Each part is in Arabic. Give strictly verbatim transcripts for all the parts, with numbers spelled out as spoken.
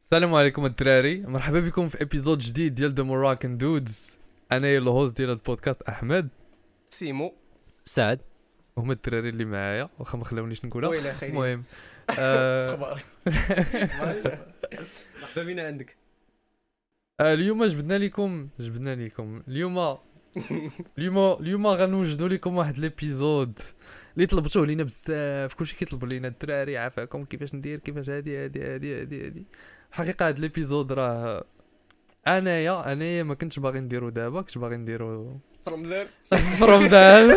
السلام عليكم الدراري، مرحبا بكم في ابيزود جديد ديال ذا موراكن دودز. انا الهوست ديال البودكاست احمد سيمو سعد. وهما الدراري اللي معايا واخا ما خلاونيش نقولها. ويلا خير المهم آه اخبارك مرحبا بينا عندك. آه اليوم جبدنا لكم جبدنا لكم اليوم اليوم اليوم غنوجدوا لكم واحد ليبيزود اللي طلبتوه لينا بزاف. كلشي كيطلب لينا الدراري عافاكم كيفاش ندير كيفاش هادي هادي هادي هادي هادي الحقيقه هاد ليبيزود راه انايا انايا ما كنتش باغي نديرو دابا، كنت باغي نديرو في رمضان في رمضان.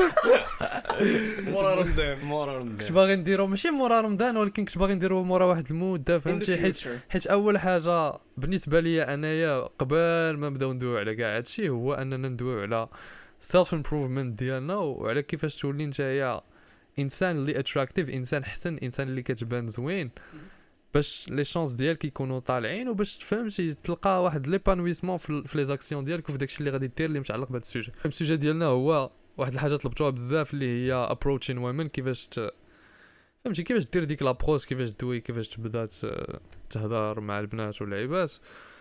مورا رمضان مورا كنت رمضان باغي نديرو ماشي مورا رمضان، ولكن كنت باغي نديرو مورا واحد المده، فهمتي؟ حيت حيت اول حاجه بالنسبه لي انايا قبل ما نبداو ندويو على كاع هادشي هو اننا ندويو على سيلف امبروفمنت ديالنا وعلى كيفاش تولي نتايا انسان اللي اتراكتيف، انسان حسن، انسان اللي كتبان زوين، باش لي شانس ديالك يكونوا طالعين وباش تفهمتي تلقى واحد ليبانويسمون في لي زاكسيون ديالك وفي داكشي اللي غادي دير اللي متعلق بهذا السوجي. السوجي ديالنا هو واحد الحاجه طلبتوها بزاف اللي هي ابروتشين وومن، كيفاش ت... فهمتي كيفاش دير ديك لابروش، كيفاش دوي، كيفاش تبدا تهضر مع البنات واللعيبات.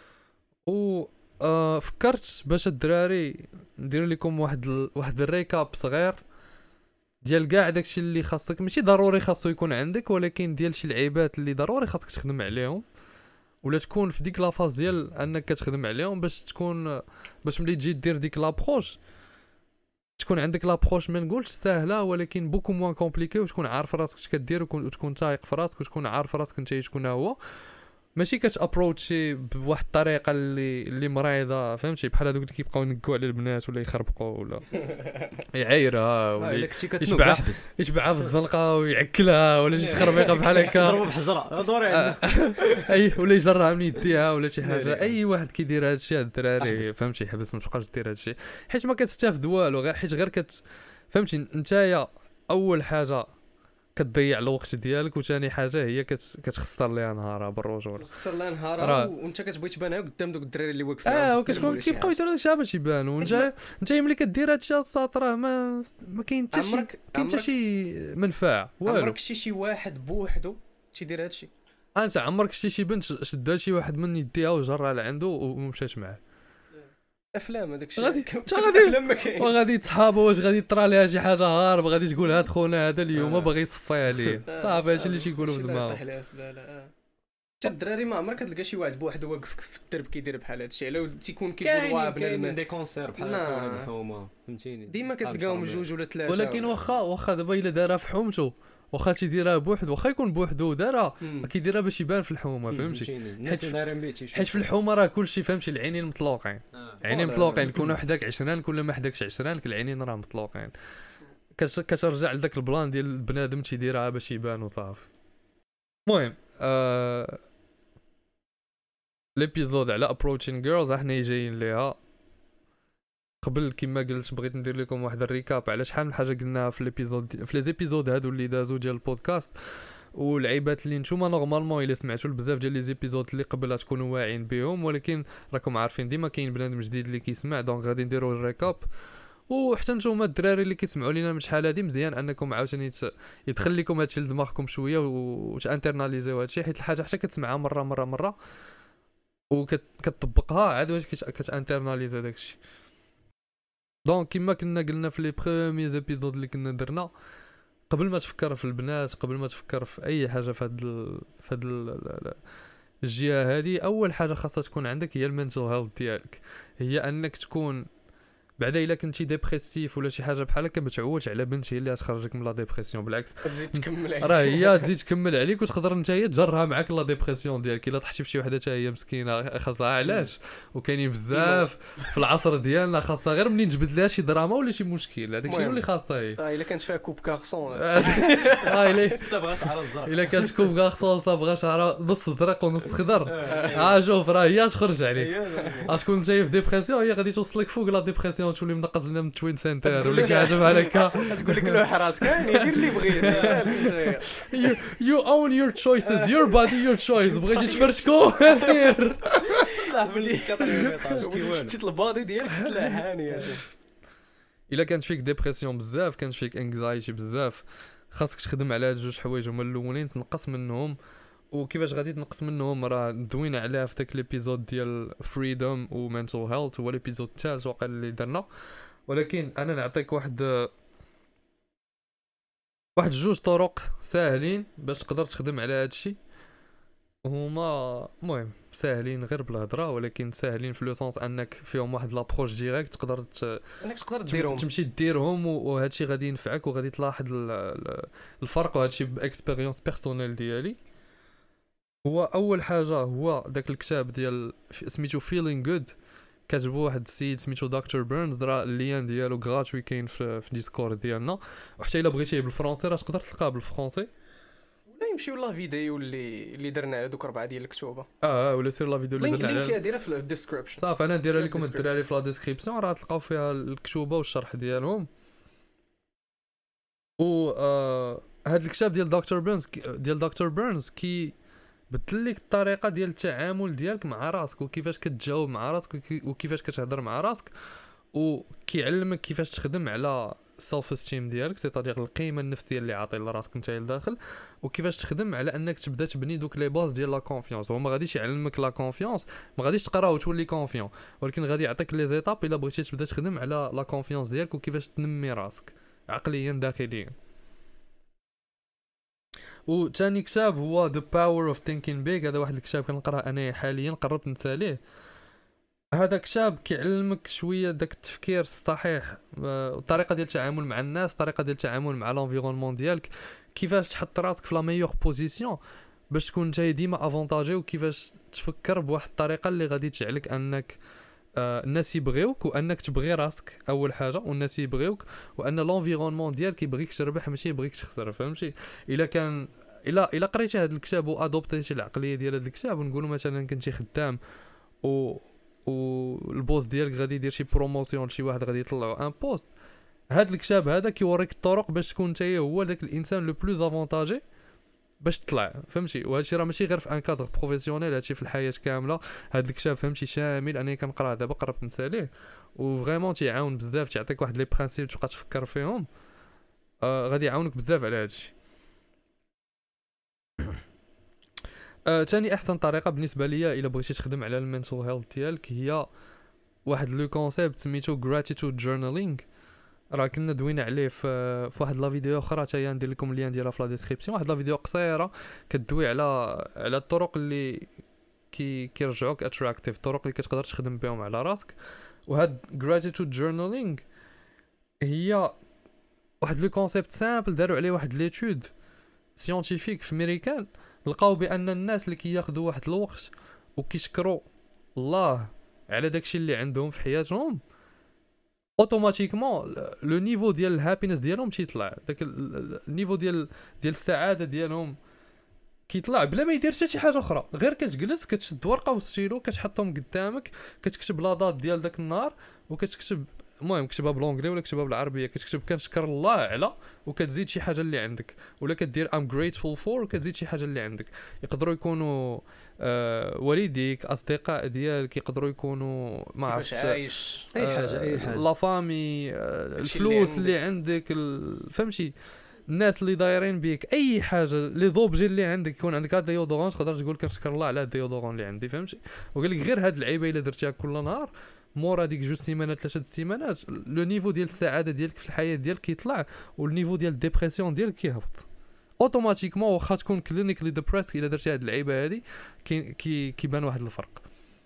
و آه فكرت باش الدراري ندير لكم واحد ال... واحد الريكاب صغير ديال كاع داكشي اللي خاصك، ماشي ضروري خاصو يكون عندك، ولكن ديال شي لعيبات اللي ضروري خاصك تخدم عليهم ولا تكون في ديك لافاز ديال انك كتخدم عليهم باش تكون باش ملي تجي دير ديك لابروش تكون عندك لابروش ما نقولش سهله ولكن بوكو موان كومبليكي، وتكون عارف راسك اش كدير وتكون تايق في راسك وتكون عارف راسك انت شكون هو، ماشي كتابروتشي بواحد الطريقه اللي اللي مريضه، فهمتي؟ بحال هذوك اللي كيبقاو ينكوا على البنات ولا يخربقوا ولا يعايرها ولا يشبعها يشبعها في الزنقه ويعكلها ولا شي تخربيقه بحال هكا ضربوا بحجره دوري اي ولا يجرها من يديها ولا شي حاجه. اي واحد كيدير هذا الشيء الدراري فهمتي حبس ما تبقاش دير هذا الشيء حيت ما كتستافد والو، غير حيت غير كت فهمتي نتايا اول حاجه كتضيع الوقت ديالك، وثاني حاجه هي كت... كتخسر ليها نهارها بالرجوله، خسر لها نهارها وانت كتبغي تبان قدام دوك الدراري اللي واقفين اه وكتكون كيبقاو يديروا داكشي باش يبانوا. انت انت ملي كدير هادشي الساط راه ما ما كاين حتى شي كاين حتى شي منفعه والو. عمرك شي شي واحد بوحدو تيدير هادشي؟ انت عمرك شي شي بنت شدها شي واحد من يديها وجرها لعنده ومشات معاه؟ افلام هذاك الشيء غادي افلام ما كاينش، وغادي تصحابوا واش غادي طرا ليها شي حاجه هارب غادي تقول هاد خونا هذا اليوم باغي يصفيها ليه، صافي هادشي اللي تيقولوا في دماغهم. لا لا حتى الدراري ما عمرك كتلقى شي واحد بوحدو واقف في الدرب كيدير بحال هادشي، على تيكون كيقول واه بنادم دي كونسير بحال هكا الحومه، فهمتيني؟ ديما كتلقاهم جوج ولا ثلاثه، ولكن واخا واخا دابا الا دارها في حومته واخا تيديرها بوحدو، واخا يكون بوحدو دارها كيديرها باش يبان في الحومه، فهمتي؟ حيت حيت في الحومه راه كلشي فهمتي العينين مطلوقين، العينين مطلوقين، كون حداك عشران كل ما حداكش عشران العينين راه مطلوقين، كترجع لذاك البلان ديال البنادم تيديرها باش يبان وصافي. المهم آه... ليبيزود على ابروتشين جيرلز احنا جايين ليها. قبل كما قلت بغيت ندير لكم واحد الريكاب على شحال من حاجه قلناها في ليبيزود في لي زيبيزود هادو اللي دازو ديال البودكاست، والعيبات اللي نتوما نورمالمون الا سمعتوا بزاف ديال لي زيبيزود اللي قبل تكونوا واعيين بهم، ولكن راكم عارفين ديما كاين بنادم جديد اللي كيسمع، دونك غادي نديروا الريكاب. وحتى نتوما الدراري اللي كيسمعوا لينا من شحال هادي مزيان انكم عاوتاني يدخل لكم هادشي لدماغكم شويه وتانترناليزيو هادشي، حيت الحاجه حتى كتسمعها مره مره مره وكتطبقها عاد واش كتانترناليزي داكشي. دونك كما كنا قلنا في لي بروميي زيبيزود اللي كنا درنا، قبل ما تفكر في البنات قبل ما تفكر في اي حاجه في هاد ال... في هاد ال... الجهه هذه، اول حاجه خاصها تكون عندك هي المنتل هيلث ديالك، هي انك تكون بعدا الا كنتي ديبريسيف ولا شي حاجه بحال هكا ما تعولش على بنت هي اللي غتخرجك من لا ديبرسيون، بالعكس تزيد تكمل عليك، راه هي تزيد تكمل عليك وتقدر انت هي تجرها معاك لا ديبرسيون ديالك. الا طحتي في شي وحده حتى هي مسكينه خاصها علاش، وكاينين بزاف في العصر ديالنا خاصها غير منين تجبد لها شي دراما ولا شي مشكل، هذاك الشيء اللي خاصها هي. اه الا كانت فيها كوب كارسون اه الا صبغه شعر الزرق، الا كانت كوب كارسون صبغه شعر نص زرق ونص خضر، ها شوف راه هي تخرج عليك، غتكون انت في ديبرسيون هي غادي توصلك فوق لا ديبرسيون تولي منقص لنا من توين سنتر ولا شي حاجه بحال هكا، تقول لك لوح راسك دير اللي بغيتي، يو اون يور تشويسز يور بادي يور تشويس، بغيتي تفرشكو سير صاحبي شفت البادي ديالك طلع هاني. الا كانت فيك ديبرسيون بزاف كانت فيك انكزايتي بزاف خاصك تخدم على هاد جوج حوايج، هما الاولين تنقص منهم وكيفاش غادي تنقص منهم راه دوينا عليها في داك ليبيزود ديال فريدوم ومنتال هيلث، هو ليبيزود الثالث وقال اللي درنا. ولكن انا نعطيك واحد واحد جوج طرق ساهلين باش تقدر تخدم على هذا الشيء. هما المهم ساهلين غير بالهضره، ولكن ساهلين في لو سونس انك فيهم واحد لابروش ديريكت تقدر انك تقدر ديرهم تمشي ديرهم، وهذا الشيء غادي ينفعك وغادي تلاحظ الفرق، وهذا الشيء باكسبيريونس بيرسونيل ديالي. هو اول حاجه هو داك الكتاب ديال سميتو فيلينغ جود، كاتبو واحد السيد سميتو دكتور بيرنز، راه اللين ديالو غراتوي كاين في, في ديسكورد ديالنا، وحتى الا بغيتيه بالفرونسي راه تقدر تلقاه بالفرونسي، ولا يمشيو لا فيديو اللي اللي درنا على دوك اربعه ديال الكتوبه. اه ولا سير لا فيديو اللي درنا على اللينك ديالها في الديسكريبشن. صافي انا نديرها لكم الدراري في لا ديسكريبسيون، راه تلقاو فيها الكتوبه والشرح ديالهم. و آه هذا الكتاب ديال دكتور بيرنز ديال دكتور بيرنز كي بدل لك الطريقه ديال التعامل ديالك مع راسك، وكيفاش كتجاوب مع راسك، وكيفاش كتهضر مع راسك، وكيعلمك كيفاش تخدم على السيلف استيم ديالك، سيتادير القيمه النفسيه اللي عاطي لراسك انت لداخل، وكيفاش تخدم على انك تبدا تبني دوك لي باز ديال لا كونفيونس. هو ما غاديش يعلمك لا كونفيونس، ما غاديش تقرا وتولي كونفيون، ولكن غادي يعطيك لي زيتاب الا بغيتي تبدا تخدم على لا كونفيونس ديالك وكيفاش تنمي راسك عقليا داخليا. وثاني كتاب هو The Power of Thinking Big، هذا واحد الكتاب كنقراه انا حاليا قربت نساليه. هذا كتاب كيعلمك شويه داك التفكير الصحيح، الطريقه ديال التعامل مع الناس، الطريقه ديال التعامل مع لونفيرونمون ديالك، كيفاش تحط راسك في لا ميور بوزيسيون باش تكون انت ديما افونتاجي، وكيفاش تفكر بواحد الطريقه اللي غادي تجعلك انك آه الناس يبغيوك، وانك تبغي راسك اول حاجه، والناس يبغيوك، وان لونفيرونمون ديالك يبغيك تربح ماشي يبغيك تخسر. فهمتي؟ الا كان الا الا قريتي هذا الكتاب وادوبتيتي العقليه ديال هذا الكتاب، ونقولوا مثلا كنتي خدام و والبوست ديالك غادي يدير شي بروموسيون لشي واحد غادي يطلعوا ان بوست، هذا الكتاب هذا كيوريك الطرق باش تكون انت هو داك الانسان لو بلوز افونتاجي باش تطلع. فهمتي؟ وهذا الشيء راه ماشي غير في ان كادر بروفيسيونيل، هادشي في الحياه كامله. هذا الكتاب فهمتي شامل، انا كنقرا دابا قربت نساليه، وفريمون تيعاون بزاف، تعطيك واحد لي برينسيپ تبقى تفكر فيهم، آه غادي يعاونك بزاف على هادشي. آه، تاني احسن طريقه بالنسبه ليا الا بغيتي تخدم على المنتال هيلث ديالك هي واحد لو كونسيبت سميتو gratitude journaling، راه كنا دوينا عليه في في واحد لا فيديو اخرى، حتى هي ندير لكم اللين ديالها في لا ديسكريبسيون، واحد لا فيديو قصيره كدوي على على الطرق اللي كي كيرجعوك اتراكتيف، الطرق اللي كتقدر تخدم بهم على راسك. وهاد gratitude journaling هي واحد لو كونسيبت سامبل داروا عليه واحد ليتود سيانتيفيك في امريكان، لقاو بان الناس اللي كياخذوا واحد الوقت وكيشكروا الله على داكشي اللي عندهم في حياتهم، اوتوماتيكمون لو نيفو ديال الهابينس ديالهم تيطلع، داك النيفو ديال ديال السعاده ديالهم كيطلع بلا ما يدير حتى شي حاجه اخرى، غير كتجلس كتشد ورقه وستيلو كتحطهم قدامك، كتكتب لا دات ديال داك النهار، وكتكتب المهم كتبها بالونجلي ولا كتبها بالعربيه، كتكتب كنشكر الله على، وكتزيد شي حاجه اللي عندك، ولا كدير I'm grateful for وكتزيد شي حاجه اللي عندك. يقدروا يكونوا آه والديك، اصدقاء ديالك، يقدروا يكونوا ما عرفتش عايش اي حاجه اي حاجه لا فامي، آه الفلوس اللي عندك، فهمتي، الناس اللي دايرين بيك، اي حاجه لي زوبجي اللي عندك، يكون عندك هذا ديودورون تقدر تقول كنشكر الله على هذا الديودورون اللي عندي. فهمتي؟ وقال لك غير هاد اللعيبه الا درتيها كل نهار مورا ديك جوج سيمانات ثلاثه د السيمانات، لو نيفو ديال السعاده ديالك في الحياه ديالك كيطلع، والنيفو ديال الديبرسيون ديالك كيهبط اوتوماتيكمون. واخا تكون كلينيكلي ديبريس الا درتي هاد اللعيبه هادي كي كي كيبان واحد الفرق.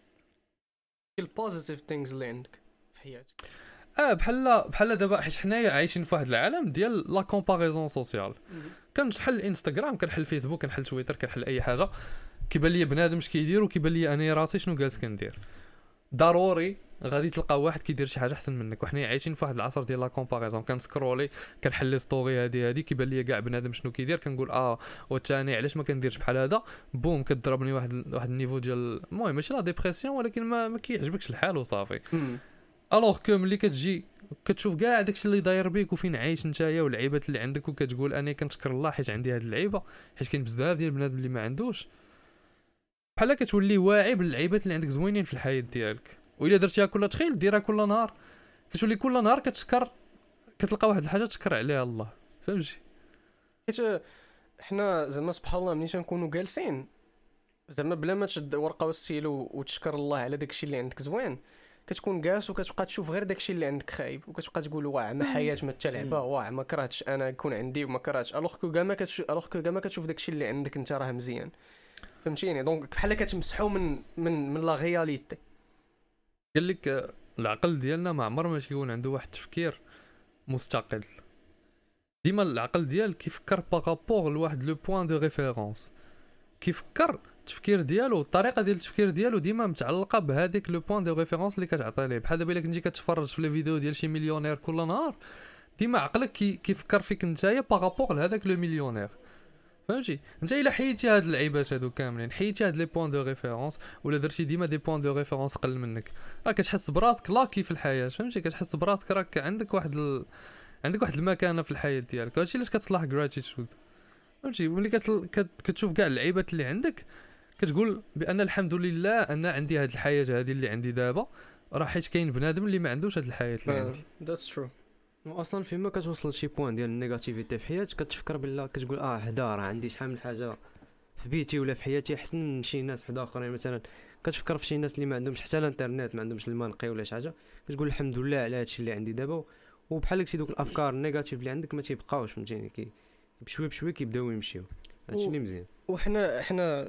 البوزيتيف ثينجز اللي عندك في حياتك اه بحال بحال دابا حيت حنايا عايشين في واحد العالم ديال لا كومباريزون سوسيال، كنحل انستغرام، كنحل فيسبوك، كنحل تويتر، كنحل اي حاجه، كيبان لي بنادم اش كيدير، وكيبان لي انا راسي شنو جالس كندير. ضروري غادي تلقى واحد كيدير شي حاجه احسن منك، وحنا عايشين في واحد العصر ديال لا كومباريزون، كنسكرولي كنحل لي ستوري هادي هادي كيبان لي كاع بنادم شنو كيدير، كنقول اه والثاني علاش ما كنديرش بحال هذا، بوم كضربني واحد واحد النيفو ديال المهم ماشي لا ديبرسيون، ولكن ما, ما كيعجبكش الحال وصافي. الوغ كو ملي كتجي كتشوف كاع داكشي اللي داير بيك وفين عايش نتايا واللعيبات اللي عندك، وكتقول انا كنشكر الله حيت عندي هاد اللعيبه، حيت كاين بزاف ديال البنات اللي ما عندوش، بحال كتولي واعي باللعيبات اللي عندك زوينين في الحياه ديالك. والا درتيها كل تخيل ديرها كل نهار، كتولي كل نهار كتشكر، كتلقى واحد الحاجه تشكر عليها الله. فهمتي؟ حيت حنا زعما سبحان الله ملي تنكونوا جالسين زعما بلا ما تشد ورقه وستيلو وتشكر الله على داكشي اللي عندك زوين، كتكون جالس وكتبقى تشوف غير داكشي اللي عندك خايب، وكتبقى تقول واه ما حياه ما تلعبه، واه ما كرهتش انا يكون عندي وما كرهتش، الوغ كو كاع ما كتشوف الوغ كو كاع ما كتشوف داكشي اللي عندك انت راه مزيان، فهمتيني؟ دونك بحال كتمسحو من من من لا رياليتي. قال لك العقل ديالنا ما عمر ما يكون عنده واحد التفكير مستقل، ديما العقل ديال كيفكر باغابور لواحد لو بوين دو ريفيرونس، كيفكر التفكير ديالو الطريقه ديال التفكير ديالو ديما متعلقه بهذيك لو بوين دو ريفيرونس اللي كتعطي ليه. بحال دابا الا كنتي كتفرج في لي فيديو ديال شي مليونير كل نهار، ديما عقلك كي كيفكر فيك نتايا باغابور لهذاك لو مليونير، فهمتي؟ انت الا حيدتي هاد اللعيبات هادو كاملين، حيدتي هاد لي بوين دو ريفيرونس ولا درتي ديما دي بوين دو ريفيرونس قل منك، راه كتحس براسك لاكي في الحياه، فهمتي؟ كتحس براسك راك عندك واحد ال... عندك واحد المكانه في الحياه ديالك، هادشي علاش كتصلح غراتيتود، فهمتي؟ ملي كتل... كت... كتشوف كاع اللعيبات اللي عندك كتقول بان الحمد لله انا عندي هاد الحياه هذه اللي عندي دابا، راه حيت كاين بنادم اللي ما عندوش هاد الحياه اللي عندي. ذاتس ترو. واصلا فيما كتوصل لشي بوين ديال النيجاتيفيتي في حياتك كتفكر بالله، كتقول اه حدا راه عندي شحال من حاجه في بيتي ولا في حياتي احسن من شي ناس حدا اخرين، مثلا كتفكر في شي ناس اللي ما عندهمش حتى الانترنت، ما عندهمش الماء نقي ولا شي حاجه، كتقول الحمد لله على هادشي اللي عندي دابا، وبحال هكشي دوك الافكار النيجاتيف اللي عندك ما تيبقاوش، فهمتيني؟ كي بشوي بشوي كيبداو يمشيو، هادشي اللي مزيان. وحنا حنا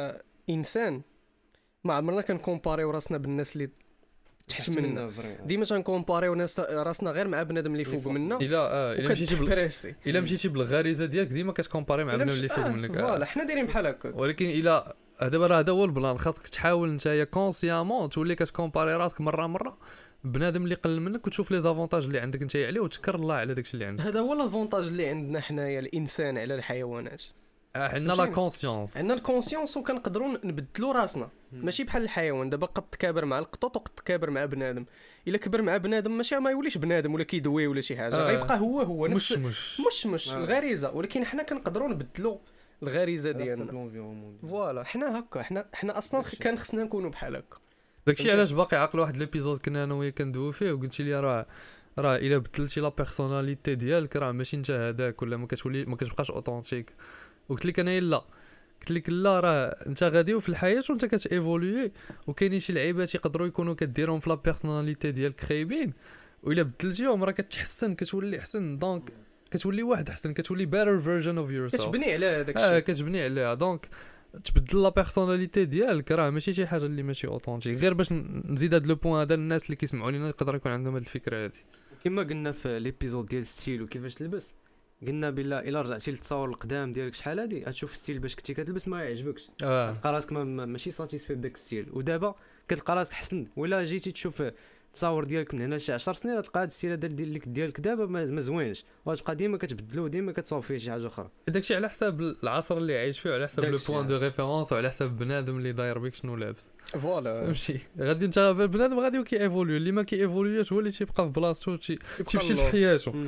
كانسان ما عمرنا كنكومباريو راسنا بالناس اللي تحت منا، ديما تنكومباريو ناس راسنا غير مع بنادم اللي فوق منا. الا اه الا مشيتي بال... الا مشيتي بالغريزه ديالك ديما كتكومباري مع بنادم اللي فوق منك، فوالا حنا دايرين بحال هكا. ولكن الا دابا راه هذا هو البلان، خاصك تحاول نتايا كونسيامون تولي كتكومباري راسك مره مره بنادم اللي قل منك، وتشوف لي زافونتاج اللي عندك نتايا عليه وتشكر الله على داكشي اللي عندك. هذا هو الافونتاج اللي عندنا حنايا الانسان على الحيوانات، عندنا لا كونسيونس، عندنا الكونسيونس وكنقدروا نبدلوا راسنا، ماشي بحال الحيوان. دابا قد تكابر مع القطوط وقد تكابر مع بنادم، الا كبر مع بنادم ماشي ما يوليش بنادم ولا كيدوي ولا شي حاجه، آه. غيبقى هو هو مش نفس مش مش مش آه. الغريزه، ولكن حنا كنقدروا نبدلوا الغريزه ديالنا. فوالا حنا هكا، حنا حنا اصلا كان خصنا نكونوا بحال هكا. داكشي علاش باقي عاقل واحد ليبيزود كنا انا وياه كندويو فيه، وقلتي لي راه راه الا بدلتي لا بيرسوناليتي ديالك راه ماشي انت هذاك، ولا ما كتولي ما كتبقاش اوثنتيك. قلت لك انا لا، قلت لك لا راه انت غادي في الحياه وانت كتيفولوي، وكاينين شي لعيبات يقدروا يكونوا كديرهم في لا بيرسوناليتي ديالك خايبين، والا بدلتيهم راه كتحسن، كتولي احسن، دونك كتولي واحد احسن، كتولي better version of yourself، كتبني على هذاك الشيء، اه كتبني عليها. دونك تبدل لا بيرسوناليتي ديالك راه ماشي شي حاجه اللي ماشي اوثنتيك، غير باش نزيد هذا لو بوين هذا الناس اللي كيسمعوا لينا يقدر يكون عندهم هذه الفكره هذه. كما قلنا في ليبيزود ديال ستيل وكيفاش تلبس، قلنا بالله الا رجعتي للتصاور القدام ديالك شحال هادي غتشوف ستيل باش كنتي كتلبس ما يعجبكش، اه تلقى راسك ما ماشي ساتيسفي بداك ستيل، ودابا كتلقى راسك حسن. ولا جيتي تشوف التصاور ديالك من هنا شي عشر سنين تلقى هذا الستيل هذا ديالك ديالك دابا ما زوينش، وغتبقى ديما كتبدلو، ديما كتصاوب فيه شي حاجه اخرى. داكشي على حساب العصر اللي عايش فيه، وعلى حساب لو بوين دو ريفيرونس، وعلى حساب بنادم اللي داير بك شنو لابس. فوالا فهمتي؟ غادي انت بنادم غادي كي ايفولوي، اللي ما كي ايفولويش هو اللي تيبقى في بلاصتو تيمشي في حياته.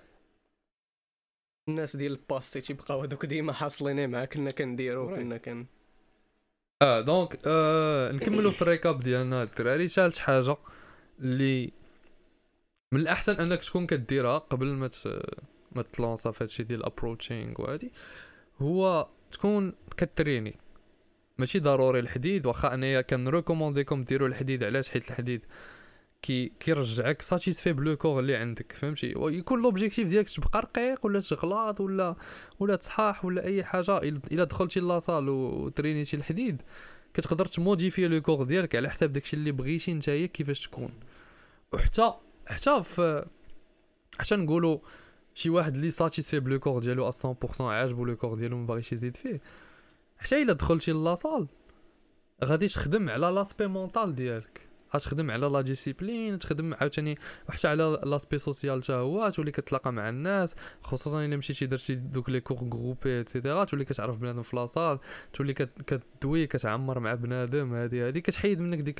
الناس ديال الباستي تيبقاو هذوك ديما حاصلين معاك كنا كنديرو كنا كن اه دونك آه نكملوا في الريكاب ديالنا الدراري. ثالث حاجه اللي من الاحسن انك تكون كديرها قبل ما ما تلونسا في هادشي ديال الابروتشينغ وهادي، هو تكون كتريني. ماشي ضروري الحديد، واخا انايا كنريكومونديكم ديروا الحديد، علاش؟ حيت الحديد كي كيرجعك ساتيسفي بلو كور اللي عندك، فهمتي؟ ويكون لوبجيكتيف ديالك تبقى رقيق ولا تغلط ولا ولا تصحاح ولا اي حاجه. الا دخلتي لاصال وترينيتي الحديد كتقدر تموديفي لو كور ديالك على حساب داكشي اللي بغيتي نتايا كيفاش تكون. وحتى حتى في عشان نقولوا شي واحد اللي ساتيسفي بلو كور ديالو مية بالمية عاجبو لو كور ديالو ما باغيش يزيد فيه، حتى الا دخلتي لاصال غادي تخدم على لاسبي مونطال ديالك، غتخدم على لا ديسيبلين، تخدم عاوتاني وحتى على لاسبي سوسيال حتى هو، تولي كتلاقى مع الناس، خصوصا الا مشيتي درتي دوك لي كور غروبي ايتترا، تولي كتعرف بنادم في لاصال، تولي كتدوي كتعمر مع بنادم. هذه هذه كتحيد منك ديك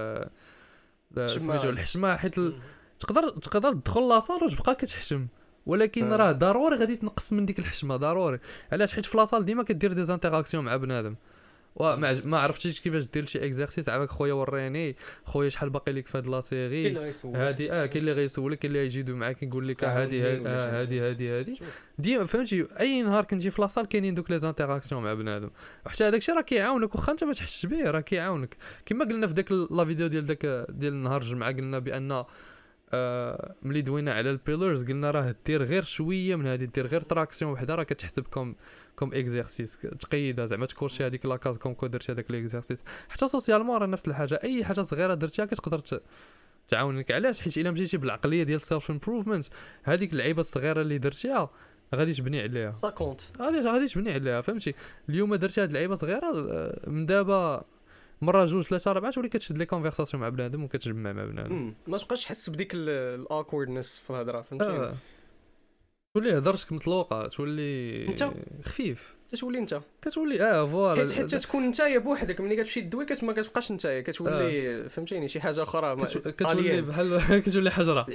سميتو الحشمه، حيت ال... تقدر تقدر تدخل لاصال وتبقى كتحشم، ولكن راه ضروري غادي تنقص من ديك الحشمه ضروري. علاش؟ حيت في لاصال ديما كدير دي زانتيراكسيون مع بنادم، وما ما عرفتيش كيفاش دير شي اكزرسيس عافاك خويا وريني خويا شحال باقي لك في هاد لا سيري هادي اه كاين اللي غيسولك كاين اللي يجيدو معاك يقول لك هادي هادي هادي هادي ديما فهمتي اي نهار كنتي في لاصال كاينين دوك لي زانتيراكسيون مع بنادم وحتى هذاك الشيء راه كيعاونك واخا انت ما تحسش به راه كيعاونك كما قلنا في داك لا فيديو ديال داك ديال النهار الجمعه قلنا بان آه ملي دوينا على البيلرز قلنا راه دير غير شويه من هذه دير غير تراكسيون وحده راه كتحسب كوم كوم اكزرسيس تقيدها زعما تكورشي هذيك لاكاز كوم كو درتي هذاك ليكزرسيس حتى سوسيالمون راه نفس الحاجه اي حاجه صغيره درتيها كتقدر تعاونك علاش حيت الا مشيتي بالعقليه ديال سيلف امبروفمنت هذيك اللعيبه الصغيره اللي درتيها غادي تبني عليها سا كونت غادي غادي تبني عليها فهمتي اليوم درتي هاد اللعيبه صغيره من دابا مره جوج ثلاثه اربعه تولي كتشد لي كونفرساسيون مع بنادم وكتجمع مع بنادم ما تبقاش تحس بديك الاكوردنس في الهضره فهمتي آه. تولي هضرتك مطلوقه تولي انت خفيف تتولي انت كتولي اه فوالا حيت تكون انت بوحدك ملي كتمشي تدوي ما كتبقاش انت كتولي آه. فهمتيني شي حاجه اخرى كتولي بحال كتولي حجره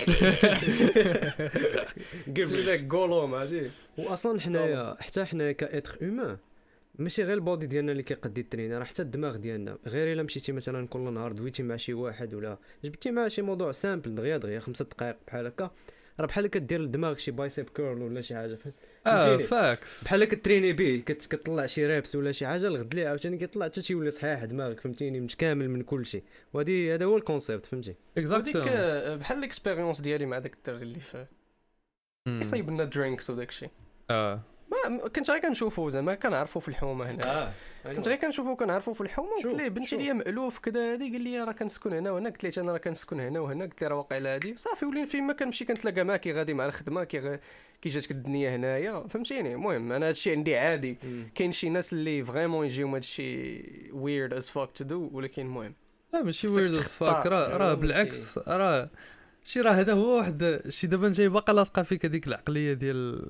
قبل داك غولوم عرفتي واصلا حنايا حتى حنا كاتر هيومان ماشي غير البودي ديالنا اللي كيقدي الترين راه حتى الدماغ ديالنا غير الا مشيتي مثلا كل نهار دويتي مع شي واحد ولا جبتي مع شي موضوع سامبل دغيا دغيا خمسة دقائق بحال هكا راه بحال كدير لدماغك شي بايسيب كيرل ولا شي حاجه اه فاكس بحال كتريني بيه كتطلع شي ريبس ولا شي حاجه الغد ليه عاوتاني كيطلع حتى تيولي صحيح دماغك فهمتيني متكامل من كل شيء وهذه هذا هو الكونسيبت فهمتي ديك بحال الاكسبيريونس ديالي مع داك الدري اللي في يصايب لنا درينكس وداك الشيء اه ما كنت غير كنشوفو زعما كنعرفو في الحومه هنا اه كنت غير كنشوفو كنعرفو في الحومه قلت ليه بنتي ليا مألوف كذا هادي قال لي راه كنسكن هنا وهنا قلت ليه انا راه كنسكن هنا وهنا قلت ليه راه واقع هادي صافي ولين فين ما كنمشي كنتلاقى معاه كي غادي مع الخدمه كي غ... كي جاتك الدنيا هنايا فهمتيني المهم انا هادشي عندي عادي كاين شي ناس اللي فريمون يجيو هادشي ويرد از فاك تو دو ولكن المهم لا ماشي ويرد از فاك راه راه بالعكس راه شي راه هذا هو واحد شي دابا انت باقا لاصقه فيك هذيك العقليه ديال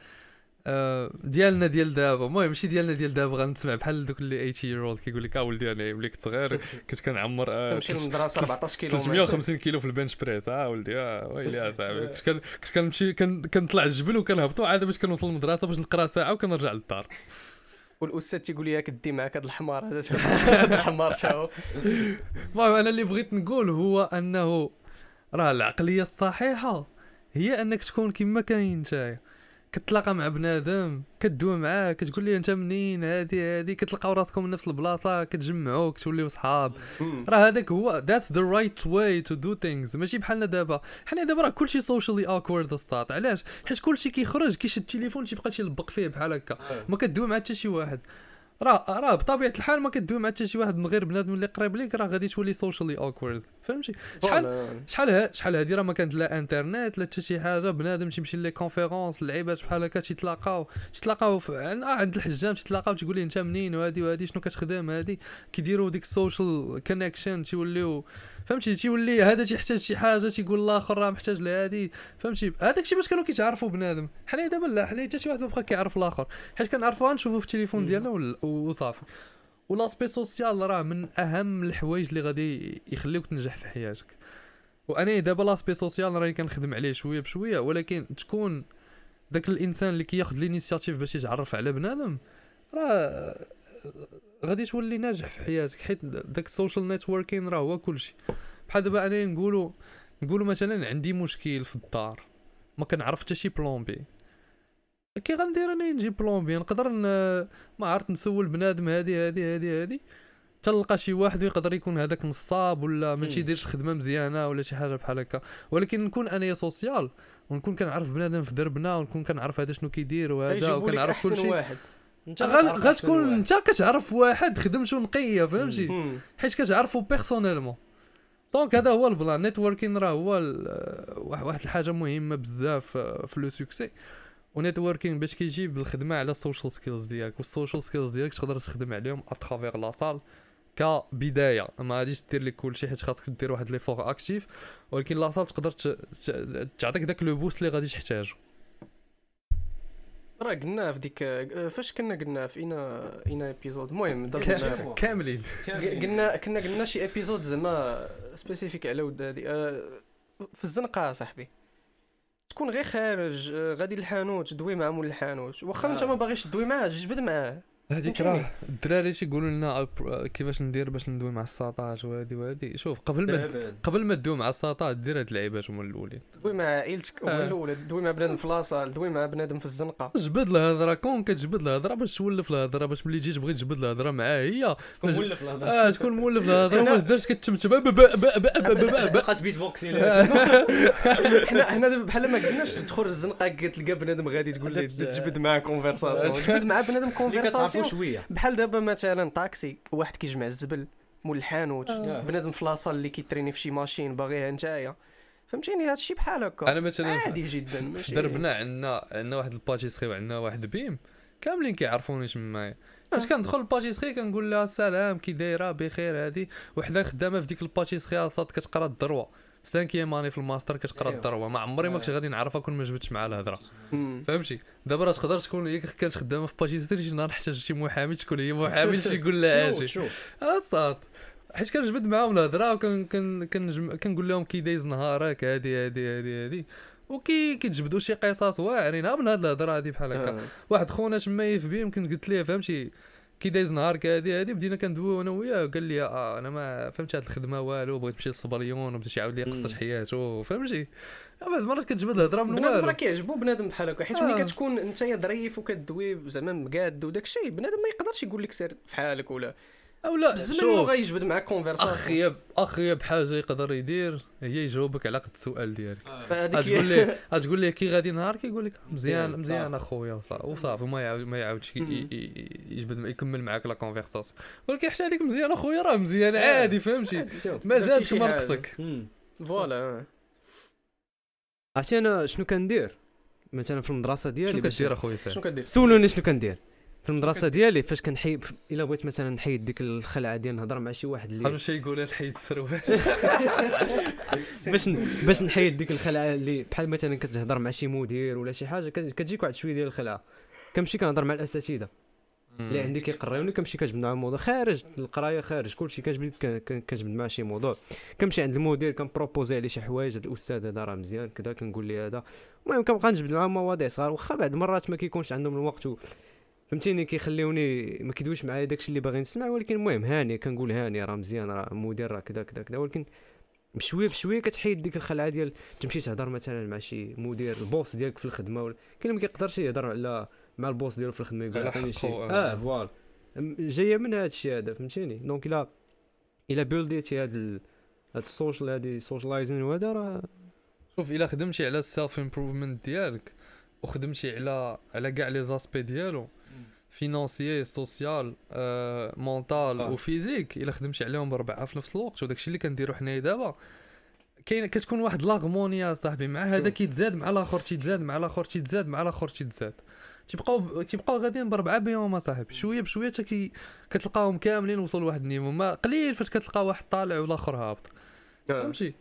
آه ديالنا ديال دابا المهم ماشي ديالنا ديال دابا غنسمع بحال دوك اللي ثمانين يير اولد كيقول لك اولدي انا ملي كنت صغير كنت كنعمر آه كنمشي للمدرسه أربعطاش كيلو ثلاثمية وخمسين كيلو في البنش بريس اه ولدي اه ويلي اصاحبي كنت كنت كنمشي كنطلع الجبل وكنهبطوا عاد باش كنوصل للمدرسه باش نقرا ساعه وكنرجع للدار والاستاذ تيقول لي كدي معاك هذا الحمار هذا هذا الحمار شاو المهم انا اللي بغيت نقول هو انه راه العقليه الصحيحه هي انك تكون كما كاين نتايا كتلاقى مع بنادم كدوي معاه كتقول ليه انت منين هادي هادي كتلقاو راسكم من نفس البلاصه كتجمعوا كتوليو صحاب راه هذاك هو that's the right way to do things ماشي بحالنا دابا حنا دابا راه كلشي socially awkward السطات علاش حيت كلشي كيخرج كيشد التليفون تيبقى تيلبق فيه بحال هكا ما كدوي مع حتى شي واحد راه راه بطبيعه الحال ما كدوي مع حتى شي واحد من غير بنادم اللي قريب ليك راه غادي تولي سوشيالي اوكورد فهمتي شحال شحال شحال هادي راه ما كانت لا انترنت لا حتى شي حاجه بنادم تيمشي لي كونفيرونس اللعيبات بحال هكا تيتلاقاو تيتلاقاو عند الحجام تيتلاقاو تيقول لي انت منين وهادي وهادي شنو كتخدم هادي كيديروا ديك السوشيال كونيكشن تيوليو فهمتي تيولي هذا تيحتاج شي حاجه تيقول الاخر راه محتاج لهادي فهمتي هذاك الشيء باش كانوا كيتعرفوا بنادم حنا دابا لا حنا حتى شي واحد ما بقى كيعرف الاخر حيت كنعرفوها نشوفوا في التليفون ديالنا وصافي والاسبي سوسيال راه من اهم الحوايج اللي غادي يخليوك تنجح في حياتك وانا دابا لاسبي سوسيال راني كنخدم عليه شويه بشويه ولكن تكون داك الانسان اللي كياخذ لينيسياتيف باش يتعرف على بنادم راه غادي تولي ناجح في حياتك حيت داك السوشيال نيتوركين راه هو كلشي بحال دابا انا نقولوا نقولوا مثلا عندي مشكل في الدار ما كنعرف حتى شي بلومبي كي غندير انا نجيب بلومبي نقدر ما عرفت نسول بنادم هادي هادي هادي هادي تلقى شي واحد يقدر يكون هذاك نصاب ولا ما تيديرش خدمه مزيانه ولا شي حاجه بحال هكا ولكن نكون انا سوسيال ونكون كنعرف بنادم في دربنا ونكون كنعرف هذا شنو كيدير وهذا وكنعرف كل شيء غتكون انت كتعرف واحد خدمته نقيه فهمتي حيت كتعرفو بيرسونيلمون دونك هذا هو البلان نيتوركين راه هو واحد الحاجه مهمه بزاف في لو سوكسي ونيتوركين باش كيجي بالخدمه على السوشيال سكيلز ديالك والسوشيال سكيلز ديالك تقدر تخدم عليهم اترافير لاصال كبدايه ما غاديش دير لك كلشي حيت خاصك دير واحد لي فور اكتيف ولكن لاصال تقدر تعطيك داك لو بوست اللي غادي تحتاجو راه قلنا في ديك فاش كنا قلنا في اينا اينا ايبيزود المهم كاملين قلنا كنا قلنا شي ايبيزود زعما سبيسيفيك على ود هادي في الزنقه صاحبي تكون غير خارج غادي للحانوت تدوي مع مول الحانوت واخا انت ما باغيش تدوي معاه جبد معاه هذيك راه الدراري تيقولوا لنا كيفاش ندير باش ندوي مع الساطات وهذه وهذه. شوف قبل ما قبل ما تدوي مع الساطات دير هاد اللعيبات هما الاولين. دوي مع عائلتك هما الاولى، دوي مع بنادم في لاصه، دوي مع بنادم في الزنقه، جبد الهضره كون كتجبد الهضره باش تولف الهضره، باش ملي تجي تبغي تجبد الهضره معاه هي تكون مولف الهضره. اه تكون مولف الهضره واش درت كتمتم بقات بيت بوكسين. حنا حنا بحال ما قلناش تدخل الزنقه كتلقى بنادم غادي تقول ليه تجبد معاه كونفرساسيون، تجبد مع بنادم كونفرساسيون شويه. بحال دابا مثلا طاكسي واحد كيجمع الزبل مول الحانوت، بنادم في لاصال اللي كيتريني في شي ماشين باغيها نتايا، فهمتيني هادشي بحال هكا. انا مثلا عادي جدا ماشي دربنا عندنا عندنا واحد الباتيسري وعندنا واحد بيم كاملين كيعرفوني تمايا. فاش كندخل الباتيسري كنقول لها السلام كي دايره بخير، هادي وحده خدامه في ديك الباتيسري اصاط كتقرا الدروه سانكيام اني في الماستر كتقرا الدروه، ما عمري ما كنت غادي نعرفها كون ما جبتش معها الهضره فهمتي. دابا راه تقدر تكون هي كانت خدامه في باتيسري شي نهار احتاج شي محامي تكون هي محامي شي يقول لها اجي اصاط، حيت كنجبد معاهم الهضره وكن كن كنقول لهم كي دايز نهارك هادي هادي هادي هادي وكي كيتجبدوا شي قصص واعرين من هاد الهضره هادي بحال هكا. واحد خونا تما في بيم كنت قلت ليه فهمتي كي دايز نهارك هادي هادي بدينا كندويو انا وياه، قال لي آه انا ما فهمت هاد الخدمه والو، بغيت نمشي للصبريون وبدا يعاود لي قصه حياته فهمتي. بعض المرات كتجبد الهضره من والو. بنادم راه كيعجبو بنادم بحال هكا، حيت ملي كتكون انت ظريف وكدوي زعما مقاد وداك الشيء بنادم ما يقدرش يقول لك سير في حالك ولا او لا. شوف غيجبد معاك كونفرساسيون اخيب اخيب حاجه يقدر يدير هي يجاوبك على قد السؤال ديالك. غتقول ليه غتقول ليه كي غادي نهار كيقول لك مزيان مزيان اخويا وصافي ما يعاود ما يعاودش يجبد يكمل معاك لا كونفرساسيون، ولكن حتى هذيك مزيان اخويا راه مزيان عادي فهمتي مازالش ناقصك فوالا. عرفتي انا شنو كندير مثلا في المدرسه ديالي؟ شنو كدير اخويا سير؟ شنو كدير؟ سولوني شنو كندير في المدرسه ديالي فاش كنحيد الا بغيت مثلا نحيد ديك الخلعه ديال نهضر مع شي واحد اللي شي يقول نحيد السروال باش باش نحيد ديك الخلعه اللي بحال مثلا كتهضر مع شي مدير ولا شي حاجه كتجيك واحد شويه ديال الخلعه، كنمشي كنهضر مع الاساتذه اللي عندي كيقريوني، كنمشي كنجبد معاهم الموضوع خارج القرايه خارج كلشي كنجبد كنجبد مع شي موضوع، كنمشي عند المدير كنبروبوزي عليه شي حوايج الاستاذ هذا راه مزيان كذا كنقول ليه هذا، المهم كنبقى نجبد معاهم مواضيع صغار واخا بعض المرات ما كيكونش عندهم الوقت و فهمتيني كيخليوني ما كيدويش معايا داكشي اللي باغي نسمع، ولكن المهم هاني كنقول هاني راه مزيان راه المدير راه كذا كذا كذا، ولكن بشويه بشويه كتحيد ديك الخلعه ديال تمشي تهضر مثلا مع شي مدير البوس ديالك في الخدمه ولا كاين ما كيقدرش يهضر على مع البوس ديالو في الخدمه يقول عطيني شي اه فوالا جايه من هذا الشيء هذا فهمتيني. دونك الا الا بيلديتي هذا ال... هذا السوشيال هذه سوشيالايزين وهذا راه شوف الا خدمتي على السيلف امبروفمنت ديالك وخدمتي على على كاع لي زاسبي ديالو فينانسيي سوسيال آه، مونطال آه. وفيزيك الا خدمتي عليهم بربعه في نفس الوقت وداكشي اللي كنديرو حنايا دابا كاين كتكون واحد لاغمونيا صاحبي مع هذا كيتزاد مع الاخر تيتزاد مع الاخر تيتزاد مع الاخر تيتزاد تيبقاو كيبقاو غاديين بربعه بيهم صاحبي شويه بشويه حتى كتلقاهم كاملين وصلوا لواحد النيفو ما قليل فاش كتلقى واحد طالع والاخر هابط فهمتي.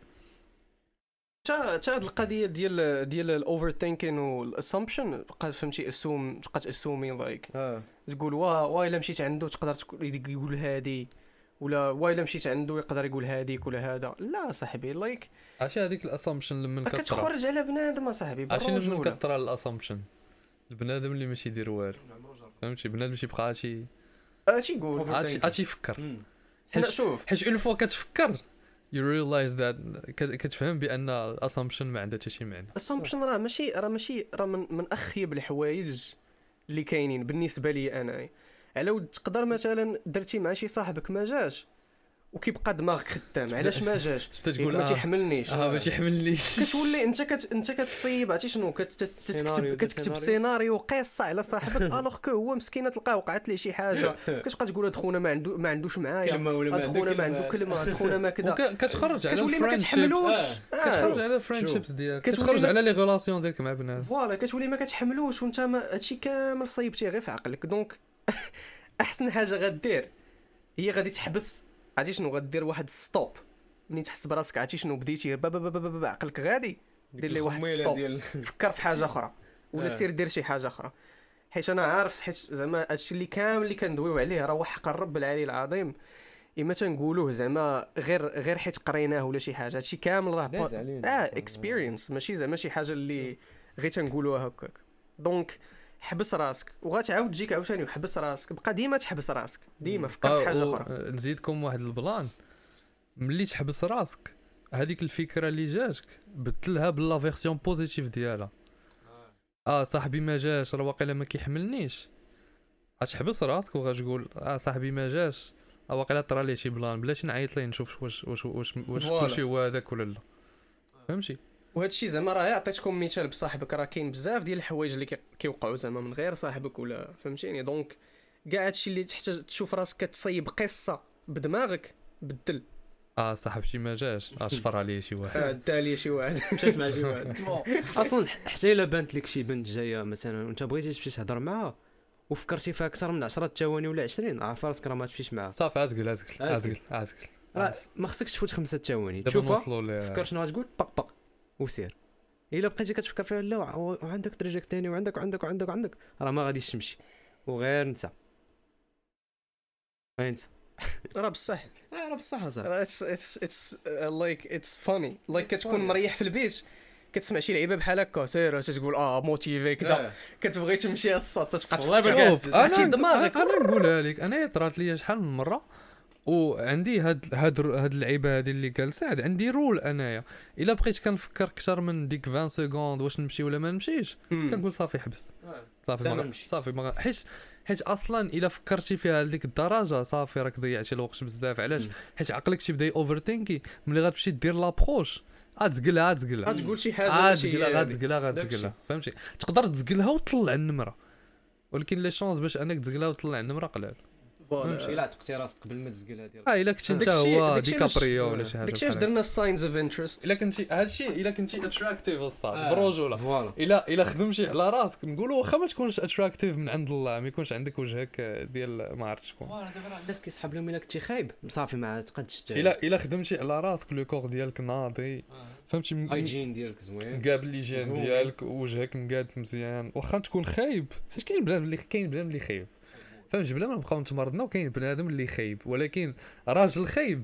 تا تا هاد القضيه ديال ديال الاوفر ثينكين والاسامبشن بقات فهمتي اسوم بقات اسومي لايك اه تقول وا وا الا مشيت عنده تقدر يقول هادي ولا وا الا مشيت عنده يقدر يقول هاديك ولا هذا لا صاحبي لايك عرفتي هذيك الاسامبشن لما كتطرا كتخرج على بنادم صاحبي عرفتي لما كطرا الاسامبشن البنادم اللي ماشي يدير والو فهمتي بنادم شي بقى شي اش يقول اش يفكر حنا شوف حيت اون فوا كتفكر you realize that كتفهم بان الاسامبشن ما عندها حتى شي معنى. الاسامبشن راه ماشي راه ماشي راه من, من اخيب الحوايج اللي كاينين بالنسبه لي انا. على ود تقدر مثلا درتي مع شي صاحبك ما جاش وكيبقى دماغك خدام علاش ما جاش تقول ما تيحملنيش اه ما تيحملنيش كتولي انت كت انت كتصيب عرفتي شنو كتكتب كتكتب سيناريو قصه على صاحبك الوغ كو هو مسكينه تلقاه وقعت ليه شي حاجه كتبقى تقول هاد خونا ما عنده ما عندوش معايا هاد خونا ما عنده كلمه هاد خونا ما كذا كتخرج على الفريندشيبس كتخرج على الفريندشيبس ديالك كتخرج على لي ريلاسيون ديالك مع بنات فوالا كتولي ما كتحملوش وانت هادشي كامل صيبتيه غير في عقلك. دونك احسن حاجه غدير هي غادي تحبس عرفتي شنو غدير واحد ستوب منين تحس براسك عرفتي شنو بديتي بابا عقلك غادي دير لي واحد ستوب فكر في حاجه اخرى ولا سير دير شي حاجه اخرى حيت انا عارف حيت زعما هادشي اللي كامل اللي كندويو عليه راه وحق الرب العلي العظيم اما تنقولوه زعما غير غير حيت قريناه ولا شي حاجه هادشي كامل راه اه اكسبيرينس ماشي زعما شي حاجه اللي غير تنقولوها هكاك. دونك حبس راسك وغتعاود تجيك عاوتاني وحبس راسك، بقى ديما تحبس راسك، ديما فكر في حاجه اخرى. نزيدكم واحد البلان، ملي تحبس راسك هذيك الفكره اللي جاتك بدلها بلا فيرسيون بوزيتيف ديالها. اه صاحبي ما جاش راه واقيلا ما كيحملنيش، غتحبس راسك وغتقول اه صاحبي ما جاش اه واقيلا طرا ليه شي بلان، بلاتي نعيط ليه نشوف واش واش واش واش كلشي هو هذاك ولا لا. فهمتي؟ وهذا الشيء زعما راه عطيتكم مثال بصاحبك، راه كاين بزاف ديال الحوايج اللي كيوقعوا زعما من غير صاحبك ولا فهمتيني. دونك كاع هادشي اللي تحتاج تشوف راسك كتصيب قصه بدماغك بدل. اه صاحبتي ما جاش اشفر عليه شي واحد دا ليه شي واحد مشات مع شي واحد اصلا حتى الا بانت لك شي بنت جايه مثلا وانت بغيتي تمشي تهضر معاها وفكرتي فيها اكثر من عشرة ثواني ولا عشرين، عارف راسك راه ما تمشيش معاها. صافي عزقل عزقل عزقل عزقل راه ما خصكش تفوت خمسة ثواني تشوفها فكر شنو غتقول طق طق وسير. الا بقيتي كتفكر فيها لا وعندك تريجك ثاني وعندك وعندك وعندك وعندك راه ما غاديش تمشي وغير نسى انسى. راه بصح راه بصح صح اتس اتس اتس لايك اتس فاني لايك كتكون مريح في البيت كتسمع شي لعيبه بحال هكا سير تقول اه موتيفي كذا كتبغي تمشي الصاد تتبقى تفكر عرفتي دماغك. انا نقولها لك انا طرات لي شحال من مره وعندي هاد هاد هاد اللعيبه هذه اللي جالسه عندي رول انايا الا بقيت كنفكر اكثر من ديك عشرين سكوند واش نمشي ولا ما نمشيش كنقول صافي حبس صافي ما صافي ما حيت حيت اصلا الا فكرتي فيها لديك الدرجه صافي راك ضيعتي الوقت بزاف. علاش؟ حيت عقلك تيبدا اوفر ثينكي ملي غتمشي دير لابروش غتزقلها غتزقلها غتقول شي حاجه غتزقلها غتزقلها غتزقلها فهمتي. تقدر تزقلها وتطلع النمره ولكن لي شانس باش انك تزقلها وتطلع النمره قلال. فوالا الا عتقتي راسك قبل ما تزقلها ديال اه الا كنتي انت هو ديكابريو ولا شي حاجه داكشي درنا ساينز اوف انترست. الا كنتي هادشي الا كنتي اتراكتيف الصاد برجوله الا الا خدمتي على راسك نقولوا واخا ما تكونش اتراكتيف من عند الله ما يكونش عندك وجهك ديال ما عرفتش شكون. فوالا دابا الناس كيسحب لهم الا كنتي خايب صافي ما تقدش الا الا خدمتي على راسك لو كور ديالك ناضي فهمتي هايجين ديالك زوين قابل ليجين ديالك وجهك مقاد مزيان واخا تكون خايب حيت كاين بنادم اللي كاين بنادم اللي خايب فهمت بلا ما نبقاو نتمرضنا وكاين بنادم اللي خايب ولكن راجل خايب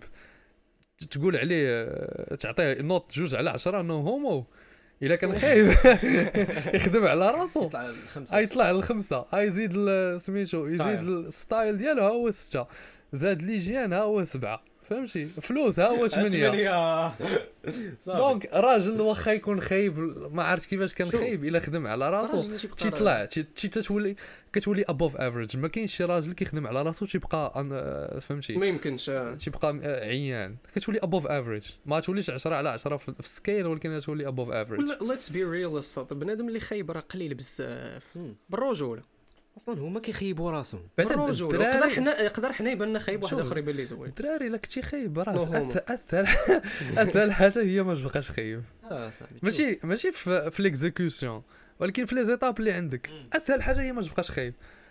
تقول عليه تعطيه نوت جوج على عشرة انه هومو الا كان خايب يخدم على راسو يطلع الخمسه يطلع للخمسه يزيد سميتو يزيد الستايل ديالو ها هو ستة زاد ليجيان ها هو سبعة فهمتي فلوس ها هو ثمانية. دونك راجل واخا يكون خايب ما عرفت كيفاش كان خايب الا خدم على راسو تيطلع تي تتولي كتولي ابوف افريج. ما كاينش شي راجل كيخدم على راسو تيبقى فهمتي ما يمكنش تيبقى عيان كتولي ابوف افريج ما توليش عشرة على عشرة في السكيل ولكن تولي ابوف افريج. ليتس بي ريالست بنادم اللي خايب راه قليل بزاف بالرجوله اصلا هما كيخيبوا راسهم بالرجوله. يقدر حنا يقدر حنا يبان لنا خايب واحد اخر يبان لي زوين. الدراري الا كنتي خايب راه اسهل اسهل حاجه هي ما تبقاش خايب. اه صاحبي ماشي ماشي في, في ليكزيكيوشن ولكن في لي زيتاب اللي عندك اسهل حاجه هي ما تبقاش خايب.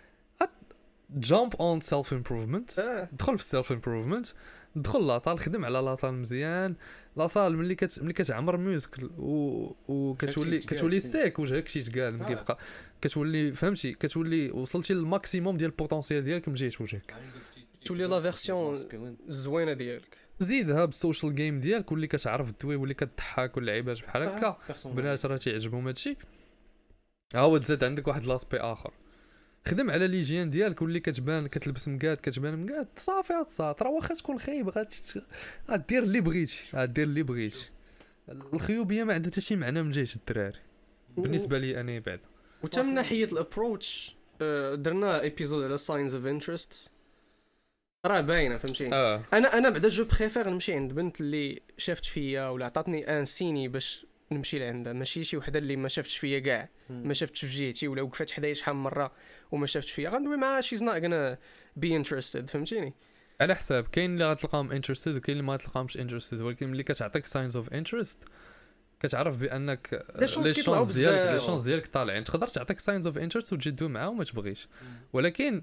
جامب اون سيلف امبروفمنت دخل في السيلف امبروفمنت دخل لاصال خدم على لاصال مزيان لاصال ملي كت ملي كتعمر ميوسكل و... وكتولي كتولي سيك وجهك شي تقال ما كيبقى كتولي فهمتي كتولي وصلتي للماكسيموم ديال البوتونسيال ديالك من جهه وجهك تولي لا فيرسيون زوينه ديالك. زيدها بالسوشيال جيم ديالك واللي كتعرف الدوي واللي كتضحك واللعيبات بحال هكا بنات راه تيعجبهم هادشي ها هو تزاد عندك واحد لاسبي اخر خدم على ليجيان ديالك واللي كتبان كتلبس مقاد كتبان مقاد صافي هتصاط راه واخا تكون خايب غادير اللي بغيتي غادير اللي بغيتي. الخيوبيه ما عندها حتى شي معنى من جهه الدراري بالنسبه لي انا بعد. وتا من ناحيه الابروتش درنا ايبيزود على ساينز اوف انترست راه باينه فهمتيني. آه. انا انا بعدا جو بريفير نمشي عند بنت اللي شافت فيا ولا عطاتني ان سيني باش نمشي لعندها ماشي شي وحده اللي ما شافتش فيا كاع ما شافتش في جهتي ولا وقفات حدايا شحال من مره وما شافتش فيا غندوي معها شيز نوت غانا بي انتريستد فهمتيني. على حساب كاين اللي غتلقاهم انتريستد وكاين اللي ما غتلقاهمش انتريستد ولكن ملي كتعطيك ساينز اوف انتريست كتعرف بانك لي شانس ديالك لي شانس ديالك طالعين. تقدر تعطيك ساينز اوف انتريست وتجي تدوي معاه وما تبغيش ولكن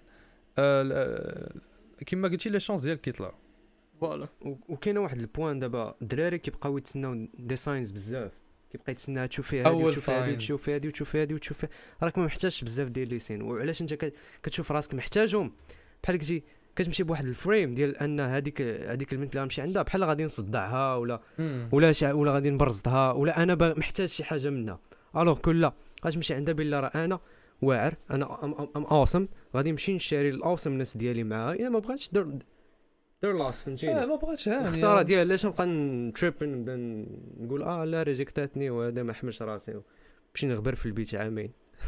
آه كما قلتي لي شانس ديالك كيطلعوا فوالا. وكاينه واحد البوين دابا الدراري كيبقاو يتسناو دي ساينز بزاف كيبقى يتسنى تشوف فيها هذه وتشوف هذه وتشوف هذه وتشوف هذه وتشوف راك ما محتاجش بزاف ديال لي سين. وعلاش انت كتشوف راسك محتاجهم بحال قلتي كتمشي بواحد الفريم ديال ان هذيك هذيك البنت اللي غنمشي عندها بحال غادي نصدعها ولا مم. ولا شي ولا غادي نبرزها ولا انا محتاج شي حاجه منها الوغ كل لا غتمشي عندها بالله راه انا واعر انا ام ام اوسم غادي نمشي نشري الاوسمنس ديالي معاها الا ما بغاتش دير دير لاص فهمتيني اه ما بغاتش هاني الخساره ديال علاش نبقى نتريب نبدا نقول اه لا ريجكتاتني وهذا ما حملش راسي نمشي نغبر في البيت عامين.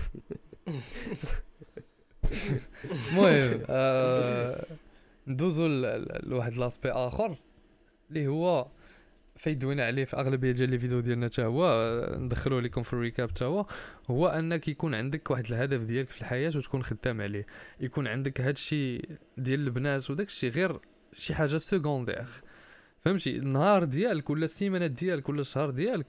المهم آه ندوزو لواحد لاسبي اخر اللي هو فيدوينا عليه في اغلبيه ديال لي فيديو ديالنا حتى هو ندخلوه لكم في الريكاب حتى هو هو انك يكون عندك واحد الهدف ديالك في الحياه وتكون خدام عليه، يكون عندك هادشي ديال البنات وداك الشيء غير شي حاجه سكوندير فهمتي. النهار ديالك ولا السيمانه ديالك ولا الشهر ديالك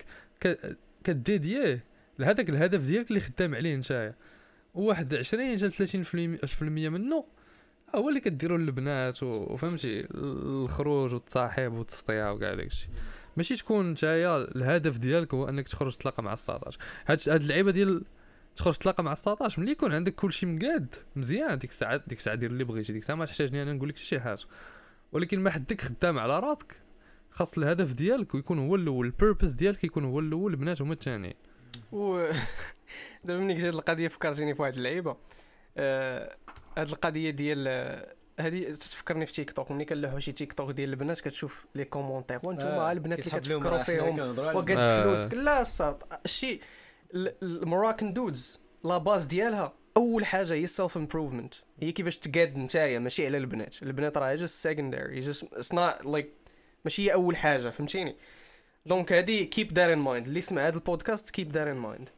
كديديه لهذاك الهدف ديالك اللي خدام عليه نتايا، وواحد عشرين حتى ثلاثين بالمية منه هو اللي كديروا للبنات وفهمتي الخروج والتصاحب والتسطيع وكاع داكشي. ماشي تكون نتايا الهدف ديالك هو انك تخرج تلاقى مع السطاش. هاد هاد اللعيبه ديال تخرج تلاقى مع السطاش ملي يكون عندك كلشي مقاد مزيان ديك الساعه ديك الساعه دير اللي بغيتي، ديك الساعه ما تحتاجني انا نقول لك شي حاجه، ولكن ما حدك خدام على راسك خاص الهدف ديالك ويكون هو الاول، البيربز ديالك يكون هو الاول، البنات هما الثاني. و دابا ملي جات القضيه فكرتيني في واحد اللعيبه آه... هاد القضيه ديال هذه تفكرني في تيك توك. ملي كنلوحوا شي تيك توك ديال البنات كتشوف لي كومونتير وانتوما آه. البنات اللي كتفكروا فيهم وقد آه. فلوس لا الساط الشيء المراكن دودز لا باز ديالها اول حاجه هي السيلف امبروفمنت، هي كيفاش تقاد نتايا ماشي على البنات. البنات راه جاست سيكندري جاست اتس نوت لايك ماشي هي اول حاجه فهمتيني. دونك هذه كيب ذات ان مايند، اللي سمع هذا البودكاست كيب ذات ان مايند.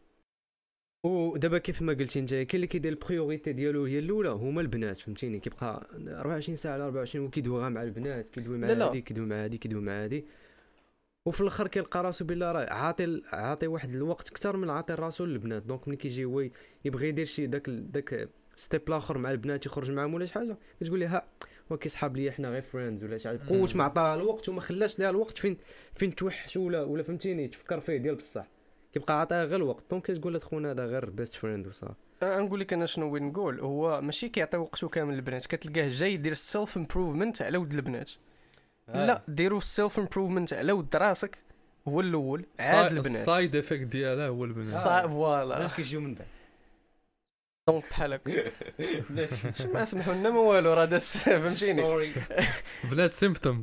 ودابا كيف ما قلتي انت كاين اللي كيدير البريوريتي ديالو هي الاولى هما البنات فهمتيني، كيبقى أربعة وعشرين ساعه على أربعة وعشرين وكيدوي مع البنات كيدوي مع هادي كيدوي مع هادي كيدوي مع هادي وفي الاخر كيلقى راسو بلا راه عاطي عاطي واحد الوقت اكثر من عاطي راسو للبنات. دونك ملي كيجي هو يبغي يدير شي داك داك ستيب الاخر مع البنات يخرج معاهم ولا شي حاجه كتقول لها ها وكيصحاب ليا حنا غير فريندز ولا شي حاجه بقوت ما عطاها الوقت وما خلاش ليها الوقت فين فين توحش ولا ولا فهمتيني تفكر فيه ديال بصح كيبقى عطاها غير الوقت. دونك كتقول لها خونا هذا غير بيست فريند وصافي. أه نقول لك انا شنو وين نقول هو ماشي كيعطي وقته كامل للبنات، كتلقاه جاي يدير السيلف امبروفمنت على ود البنات آه. لا ديروا السيلف امبروفمنت على ود راسك هو الاول عاد البنات السايد افكت ديالها هو البنات آه. فوالا باش كيجيو من بعد دونك بحال هكا ما سمحوا لنا ما والو راه داس فهمتيني سوري بلاد سيمبتوم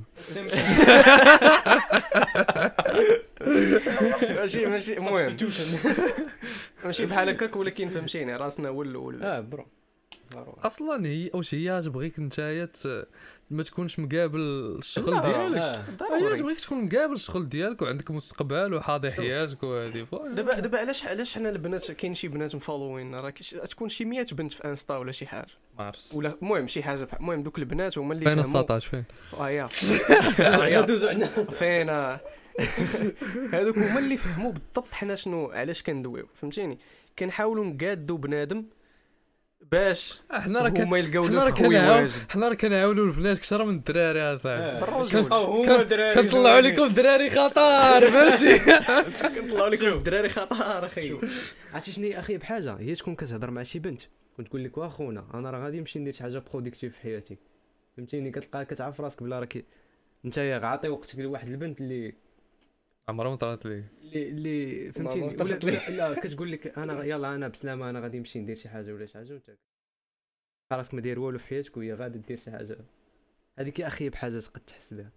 ماشي ماشي المهم ماشي بحال هكاك ولكن فهمتيني راسنا هو الاول اه برو اصلا هي واش هي تبغيك نتايا ما تكونش مقابل الشغل ديالك هي تبغيك تكون مقابل الشغل ديالك وعندك مستقبل وحاضي حياتك وهذه دابا دابا علاش علاش حنا البنات كاين شي بنات مفولوين راه تكون شي مية بنت في انستا ولا شي حاجه ولا المهم شي حاجه المهم دوك البنات هما اللي فين السطاش فين اه يا دوزو عندنا فين هذوك هما اللي فهموا بالضبط حنا شنو علاش كندويو فهمتيني. كنحاولوا نقادوا بنادم باش حنا راه هما يلقاو له خويا حنا راه كنعاونوا البنات اكثر من الدراري اصاحبي الرجل هما دراري كنطلعوا لكم دراري خطر فهمتي كنطلعوا لكم دراري خطر اخي. عرفتي شنو اخي بحاجه هي تكون كتهضر مع شي بنت وتقول لك واخونا انا راه غادي نمشي ندير شي حاجه برودكتيف في حياتي فهمتيني. كتلقى كتعرف راسك بلا راك نتايا عاطي وقتك لواحد البنت اللي عمرها ما طلعت لي اللي اللي فهمتيني ولا لا كتقول لك انا يلا انا بسلامه انا غادي نمشي ندير شي حاجه ولا شي حاجه وانت راسك ما داير والو في حياتك وهي غادي دير شي حاجه هذيك يا اخي بحاجه تقد تحس بها.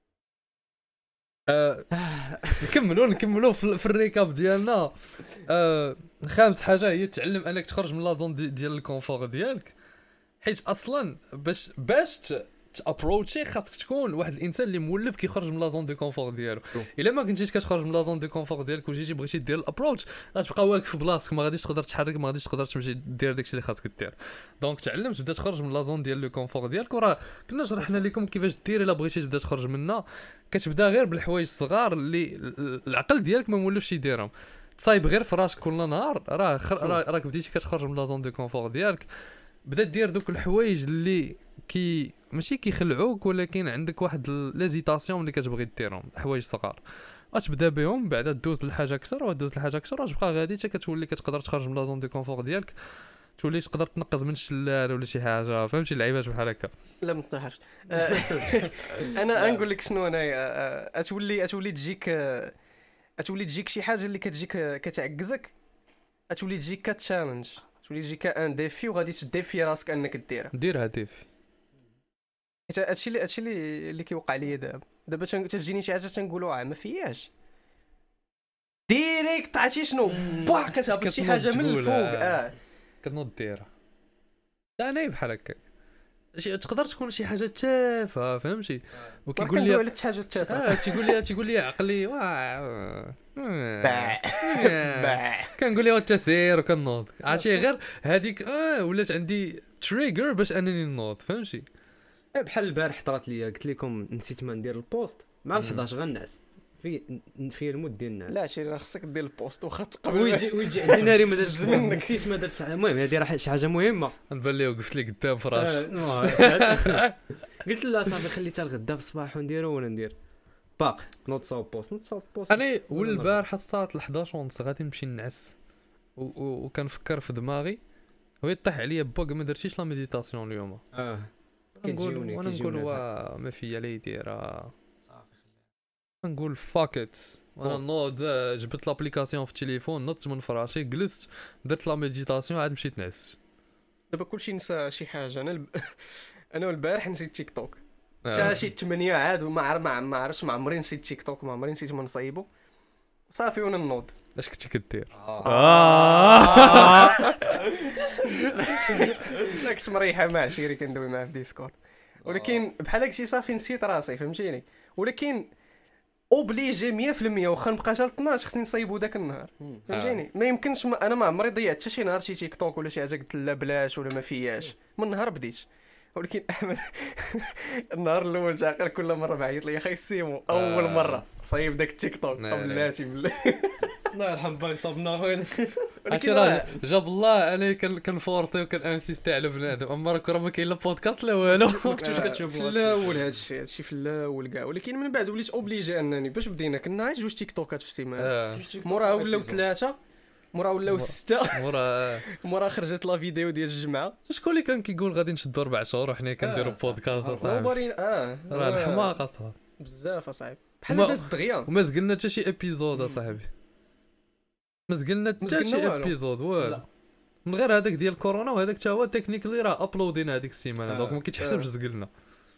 أه نكملوا نكملوا في الريكاب ديالنا. أه خامس حاجه هي تعلم انك تخرج من لا زون دي ديال الكونفور ديالك، حيت اصلا باش باش ابروتشي خاصك تكون واحد الانسان اللي مولف كيخرج من لا زون دو كونفور ديالو. الا ما كنتيش كتخرج من لا زون دو كونفور ديالك وجيتي بغيتي دير الابروتش غتبقى واقف في بلاصتك ما غاديش تقدر تحرك ما غاديش تقدر تمشي دير داكشي اللي خاصك دير. دونك تعلم تبدا تخرج من لا زون ديال لو كونفور ديالك. وراه كنا شرحنا لكم كيفاش دير الا بغيتي تبدا تخرج منها. كتبدا غير بالحوايج الصغار اللي العقل ديالك ما مولفش يديرهم. تصايب غير فراشك كل نهار راه راك بديتي كتخرج من لا زون دو كونفور ديالك. بدا دير دوك الحوايج اللي كي ماشي كيخلعوك ولكن عندك واحد ليزيتاسيون اللي كتبغي ديرهم حوايج صغار غتبدا بهم بعدا دوز لحاجه اكثر ودوز لحاجه اكثر وتبقى غادي حتى كتولي كتقدر تخرج من لا زون دو كونفور ديالك تولي تقدر تنقز من الشلال ولا شي حاجه فهمتي اللعيبات بحال هكا. لا ما تطيحش انا نقول لك شنو انايا اتولي اتولي تجيك اتولي تجيك شي حاجه اللي كتجيك كتعكزك اتولي تجيك كتشالنج تولي تجيك ان ديفي وغادي تديفي راسك انك ديرها دير هدف. حيت هادشي اللي هادشي اللي اللي كيوقع ليا دابا دابا تجيني شي حاجه تنقولوا اه ما فياش ديريكت عرفتي شنو با كتهبط شي حاجه من الفوق اه كتنوض ديرها. انا بحال هكاك شي تقدر تكون شي حاجه تافهه فهمتي وكيقول لي ولا حاجه تافهه اه تيقول لي تيقول لي عقلي واه كنقول لي التسير وكنوض عرفتي غير هذيك اه ولات عندي تريجر باش انني نوض فهمتي. بحال البارح طرات لي قلت لكم نسيت ما ندير البوست مع الحداش غنعس في في المود ديال النعاس. لا شي راه خصك دير البوست واخا قبل ويجي ويجي عندي ناري ما درتش منك نسيت ما درتش. المهم هذه راه شي حاجه مهمه نبان لي وقفت لي قدام فراش قلت لا صافي خليتها الغدا في الصباح ونديرو ولا ندير باقي نوض صاوب بوست نوض صاوب بوست. انا والبارح الساعه الحداش ونص غادي نمشي نعس وكنفكر في دماغي وهي طيح عليا باك ما درتيش لا ميديتاسيون اليوم. اه كنقول وانا نقول وا ما فيا لا يديرها صافي خليها نقول فاكيت وانا نوض جبت لابليكاسيون في التليفون نطت من فراشي جلست درت لا ميديتاسيون عاد مشيت نعس. دابا كلشي نسى شي حاجه انا الب... انا والبارح نسيت تيك توك حتى شي ثمانية عاد وما عرف ما عرفتش ما عمري نسيت تيك توك ما عمري نسيت ما نصايبو صافي وانا نوض. اش كنتي كدير؟ داكش مريحه مع عشيري كندوي معاه في ديسكورد ولكن بحال هكشي صافي نسيت راسي فهمتيني. ولكن اوبليجي مية في المية واخا نبقى حتى اثناش خصني نصايبو داك النهار فهمتيني. ما يمكنش ما انا ما عمري ضيعت حتى شي نهار شي تيك توك ولا شي حاجه قلت لا بلاش ولا ما فياش من نهار بديت. ولكن احمد النهار الاول جا اخر كل مره بعيط لي خاي سيمو اول مره صايب داك التيك توك بلاتي بالله الله يرحم باغي صابنا خويا. ولكن جاب الله انا كنفورسي وكنانسيستي على بنادم اما راه راه ما كاين لا بودكاست لا والو ما كنتوش كتشوف في الاول هذا الشيء هادشي في الاول كاع. ولكن من بعد وليت اوبليجي انني باش بدينا كنا جوج تيك توكات في السيمانه مورا ولاو ثلاثه مورا ولاو سته مورا مورا خرجت لا فيديو ديال الجمعه. شكون اللي كان كيقول غادي نشدوا اربع شهور وحنا كنديروا بودكاست صاحبي اه راه الحماقه صاحبي بزاف اصاحبي بحال داز دغيا وما زقلنا حتى شي ابيزود اصاحبي ما زقلنا حتى شي ابيزود والو من غير هذاك ديال كورونا وهذاك حتى هو تكنيكلي راه ابلودينا هذيك السيمانه دونك ما كيتحسبش زقلنا.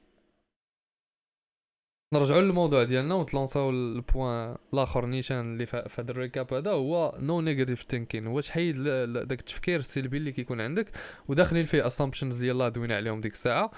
نرجعوا للموضوع ديالنا ونتلونساو البوين الاخر نيشان اللي في هذا الريكاب هذا هو نو نيجاتيف ثينكين. هو تحيد داك التفكير السلبي اللي كيكون عندك وداخلين فيه اسامبشنز ديال الله دوينا عليهم ديك الساعه.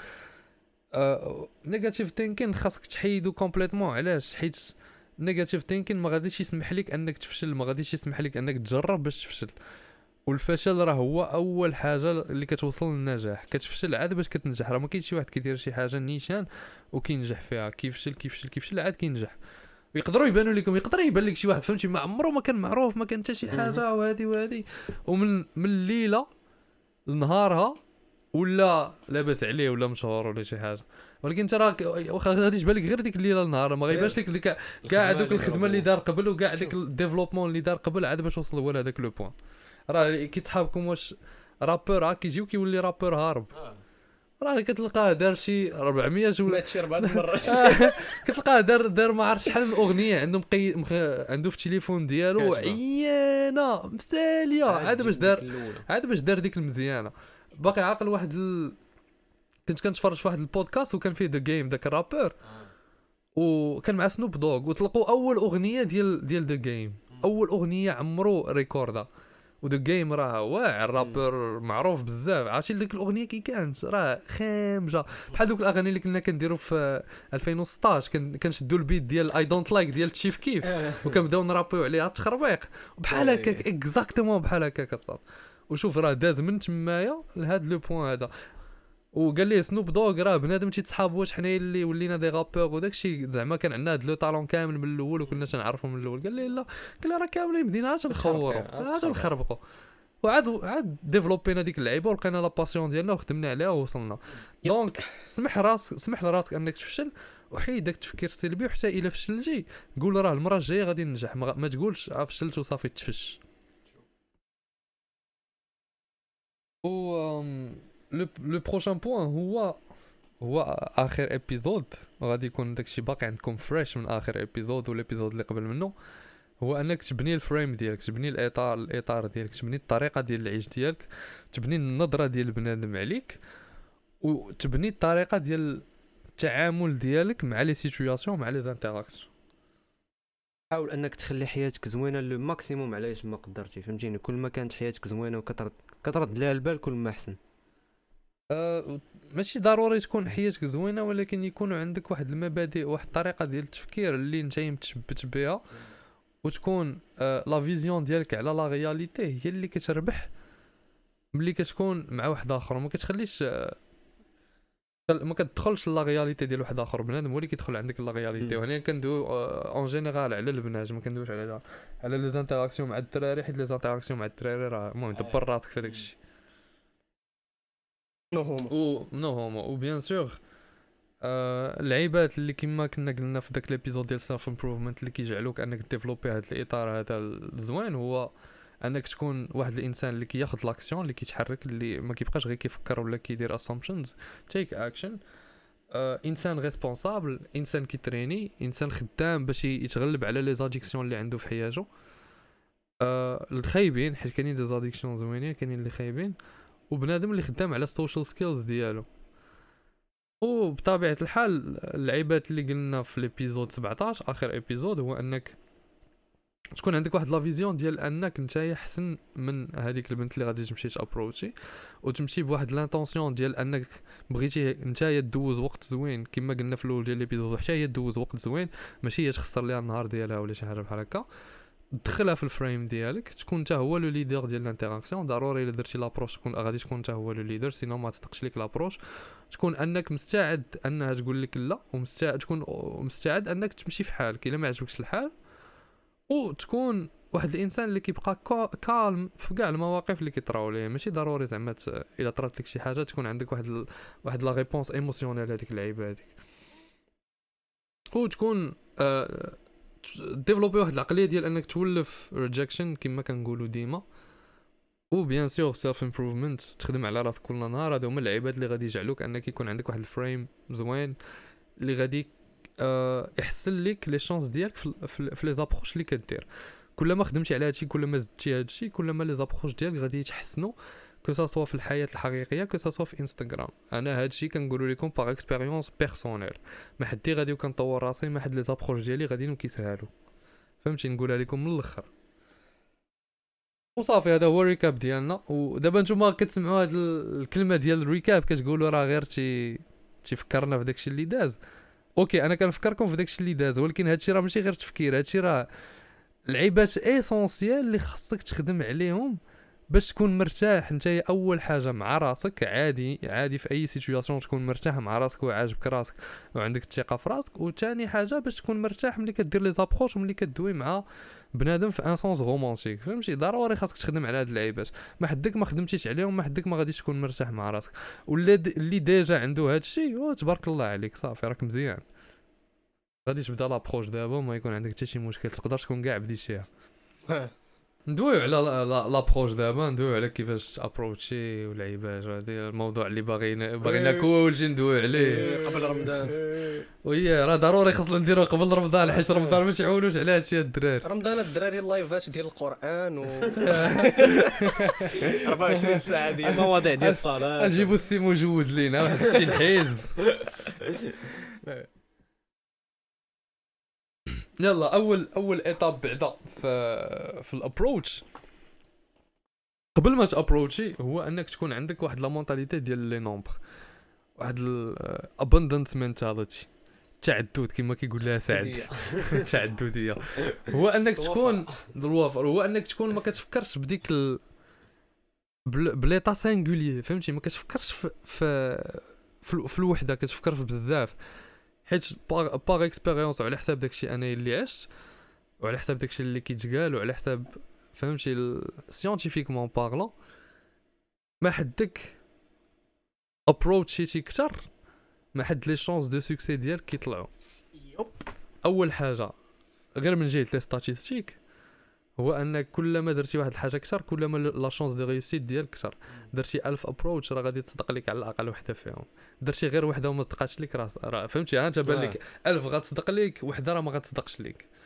نيجاتيف ثينكين خاصك تحيدو كومبليتمون. علاش؟ حيت نيجاتيف ثينكين ما غاديش يسمح لك انك تفشل ما غاديش يسمح لك انك تجرب باش تفشل. والفشل راه هو اول حاجه اللي كتوصل للنجاح. كتفشل عاد باش كتنجح. راه ما كاينش شي واحد كيدير شي حاجه نيشان وكينجح فيها كيفشل كيفشل كيفشل عاد كينجح. ويقدروا يبانوا لكم يقدر يبان لك شي واحد فهمتي ما عمره ما كان معروف ما كان حتى شي حاجه وهذه وهذه ومن من الليله لنهارها ولا لاباس عليه ولا مشهور ولا شي حاجه. ولكن انت راه واخا غادي تبان لك غير ديك الليله لنهار ما غيبانش لك كاع دوك الخدمه اللي دار قبل وكاع داك الديفلوبمون اللي دار قبل عاد باش وصل هو لهذاك لو بوين. راه كيتحابكم واش رابور ها كيجي وكيولي رابور هارب راه كتلقاه دار شي أربعمية ولا هادشي اربع مرات كتلقاه دار دار ما عرفتش شحال من اغنيه عنده مقي مخ... عنده في التليفون ديالو عيانه مساليه عاد باش دار عاد باش دار ديك المزيانه. باقي عاقل واحد ال... كنت كنتفرج في واحد البودكاست وكان فيه ذا جيم داك الرابور وكان مع سنوب دوغ وطلقوا اول اغنيه ديال ديال ذا جيم اول اغنيه عمرو ريكوردا وذا جيم راه واعر الرابور معروف بزاف. عرفتي ديك الاغنيه كي كانت راه خامجه بحال دوك الاغاني اللي كنا كنديروا في ألفين وستطاش كنشدوا البيت ديال اي دونت لايك ديال تشيف كيف وكنبداو نرابيو عليها التخربيق بحال هكاك اكزاكتومون بحال هكاك الصاد. وشوف راه داز من تمايا لهاد لو بوين هذا وقال لي سنوب دوغ راه بنادم تيتصحاب واش حنايا اللي ولينا دي رابور وداك الشيء زعما كان عندنا هاد لو طالون كامل من الاول وكنا تنعرفوا من الاول. قال لي لا قال لي راه كاملين بدينا تنخوروا عاد نخربقوا وعاد عاد ديفلوبينا ديك اللعيبه ولقينا لا باسيون ديالنا وخدمنا عليها ووصلنا. دونك سمح راسك سمح لراسك انك تفشل وحيد داك التفكير السلبي وحتى الا فشلتي قول راه المره الجايه غادي ننجح ما تقولش فشلت وصافي تفش. و لو لو بروشان بوين هو هو اخر ابيزود غادي يكون داكشي باقي عندكم فريش من اخر ابيزود والابيزود اللي قبل منه هو انك تبني الفريم ديالك، تبني الاطار الاطار ديالك، تبني الطريقه ديال العيش ديالك، تبني النظره ديال البنادم عليك، وتبني الطريقه ديال التعامل ديالك مع لي سيتوياسيون مع لي زانتيراكسيون. حاول انك تخلي حياتك زوينه لو ماكسيموم علاش ما قدرتي، فهمتيني؟ كل ما كانت حياتك زوينه وكترد كترد لها البال كل ما احسن. أه ماشي ضروري تكون حياتك زوينه، ولكن يكون عندك واحد المبادئ، واحد الطريقه ديال التفكير اللي انت متثبت بها، وتكون أه لا فيزيون ديالك على لا رياليتي هي اللي كتربح ملي كتكون مع واحد اخر. ما كتخليش أه ما كتدخلش لا رياليتي ديال واحد اخر، بنادم هو اللي كيدخل عندك لا رياليتي. وهنا كندوي اون جينيرال على البنات، ما كندويش على على لي زانتيراكسيون مع الدراري، حيت لي زانتيراكسيون مع الدراري راه المهم دبر راسك في داك الشيء. نو هومو و نو هومو و بيان سور آه اللعيبات اللي كما كنا قلنا في داك ليبيزود ديال سيلف امبروفمنت اللي كيجعلوك انك ديفلوبي هذا الاطار هذا الزوين، هو انك تكون واحد الانسان اللي كياخذ لاكسيون، اللي كيتحرك، اللي ما كيبقاش غير كيفكر ولا كيدير اسامبشنز. تيك اكشن. آه انسان ريسبونسابل، انسان كيتريني، انسان خدام باش يتغلب على لي زاديكسيون اللي عنده في حياته. آه الخايبين، حيت كاينين دي زاديكسيون زوينين، كاينين اللي خايبين، وبنادم اللي خدام على السوشيال سكيلز ديالو. وبطبيعه الحال اللعيبات اللي قلنا في ليبيزود سبعطاش اخر ايبيزود، هو انك تكون عندك واحد لا فيزيون ديال انك نتايا احسن من هذيك البنت اللي غادي تمشي تابروتشي، وتمشي بواحد لانطونسيون ديال انك بغيتي نتايا دوز وقت زوين كما قلنا في الاول ديال ليبيزود، حتى هي دوز وقت زوين، ماشي هي تخسر ليها النهار ديالها ولا شي حاجه بحال هكا. تدخلها في الفريم ديالك، تكون انت هو لو ليدر ديال الانتراكسيون. ضروري الا درتي لابروش تكون غادي تكون انت هو لو ليدر، سينو ما تصدقش ليك لابروش. تكون انك مستعد انها تقول لك لا، ومستعد تكون مستعد انك تمشي في حالك الا ما عجبكش الحال، وتكون واحد الانسان اللي كيبقى كالم في كاع المواقف اللي كيطراو ليه. ماشي ضروري زعما الا طرات لك شي حاجه تكون عندك واحد ال... واحد لا ريبونس ايموسيونيل هذيك اللعيبه هذيك، وتكون آه ديفلوبي واحد العقليه ديال انك تولف ريجكشن كما كنقولوا ديما. وبيان سور سيلف امبروفمنت، تخدم على راسك كل نهار. هادو هما اللعيبات اللي غادي يجعلوك انك يكون عندك واحد الفريم زوين اللي غادي أه يحسن لك لي شانس ديالك في في, في لي زابروش اللي كدير. كل ما خدمتي على هادشي، كل ما زدتي هادشي، كل ما لي زابروش ديالك غادي يتحسنوا، كو سا سوا في الحياه الحقيقيه، كو سا سوا في انستغرام. انا هادشي كنقولوا لكم باغ اكسبيريونس بيرسونيل، ما حدي غادي كنطور راسي، ما حد لي زابروش ديالي غاديين كيسهلوا، فهمتي؟ نقولها لكم من الاخر. وصافي هذا هو الريكاب ديالنا. ودابا نتوما كتسمعوا هاد الكلمه ديال الريكاب كتقولوا راه غير تي تيفكرنا في داكشي اللي داز. اوكي انا كنفكركم في داكشي اللي داز، ولكن هادشي راه ماشي غير تفكير، هادشي راه العيبات اسونسيال اللي خاصك تخدم عليهم باش تكون مرتاح. انت اول حاجه مع راسك، عادي عادي في اي سيتوياسيون تكون مرتاح مع راسك وعاجبك راسك وعندك الثقه في راسك. وثاني حاجه باش تكون مرتاح ملي كدير لي زابروش وملي كدوي مع بنادم في ان سونس رومانتيك، فهمتي؟ ضروري خاصك تخدم على هاد اللعيبات. ما حدك ما خدمتيش عليهم، ما حدك ما غاديش تكون مرتاح مع راسك. واللي اللي ديجا عنده هاد الشيء او تبارك الله عليك، صافي راك مزيان، غادي تبدا لابروش دابا وما يكون عندك حتى شي مشكل، تقدر تكون كاع بديتيها. ندويو على لابروش دابا، ندويو على كيفاش تابروتشي واللعيبات. هذا الموضوع اللي باغينا باغينا كلشي ندويو عليه قبل رمضان. وي راه ضروري خصنا نديرو قبل رمضان، حيت رمضان ما تعاونوش على هادشي الدراري. رمضان الدراري اللايفات ديال القران و أربعة وعشرين ساعه ديال المواضيع ديال الصلاه. نجيبو السي مجود لينا واحد ستين حزب. يلا اول اول ايتاب بعدا في في الابروتش قبل ما تابروتشي، هو انك تكون عندك واحد لا مونطاليتي ديال لي نومبر، واحد الابندنس مينتاليتي، تعدد كما كيقول لها سعد. تعدديه هو انك تكون الوفر، هو انك تكون ما كتفكرش بديك ال... بليطا سانغولي، فهمتي؟ ما كتفكرش في في في, في الوحده، كتفكر في بزاف. حيت باغ اكسبيريونس وعلى حساب داكشي انا اللي عشت، وعلى حساب داكشي اللي كيتقال، وعلى حساب فهمتي سيانتيفيكمون بارلون، ما حدك ابروتشيتي كتر ما حد لي شانس دو سوكسي ديالك كيطلعوا. اول حاجه غير من جهه لي ستاتيستيك، هو انك كلما درتي واحد الحاجه كتر كلما لا شانس دو ريوسيت ديالك كتر. درتي ألف ابروتش راه غادي تصدق لك على الاقل وحده فيهم. درتي غير وحده وما صدقاتش لك راه فهمتي؟ ها انت بان لك ألف غتصدق لك، وحده راه ما غتصدقش لك،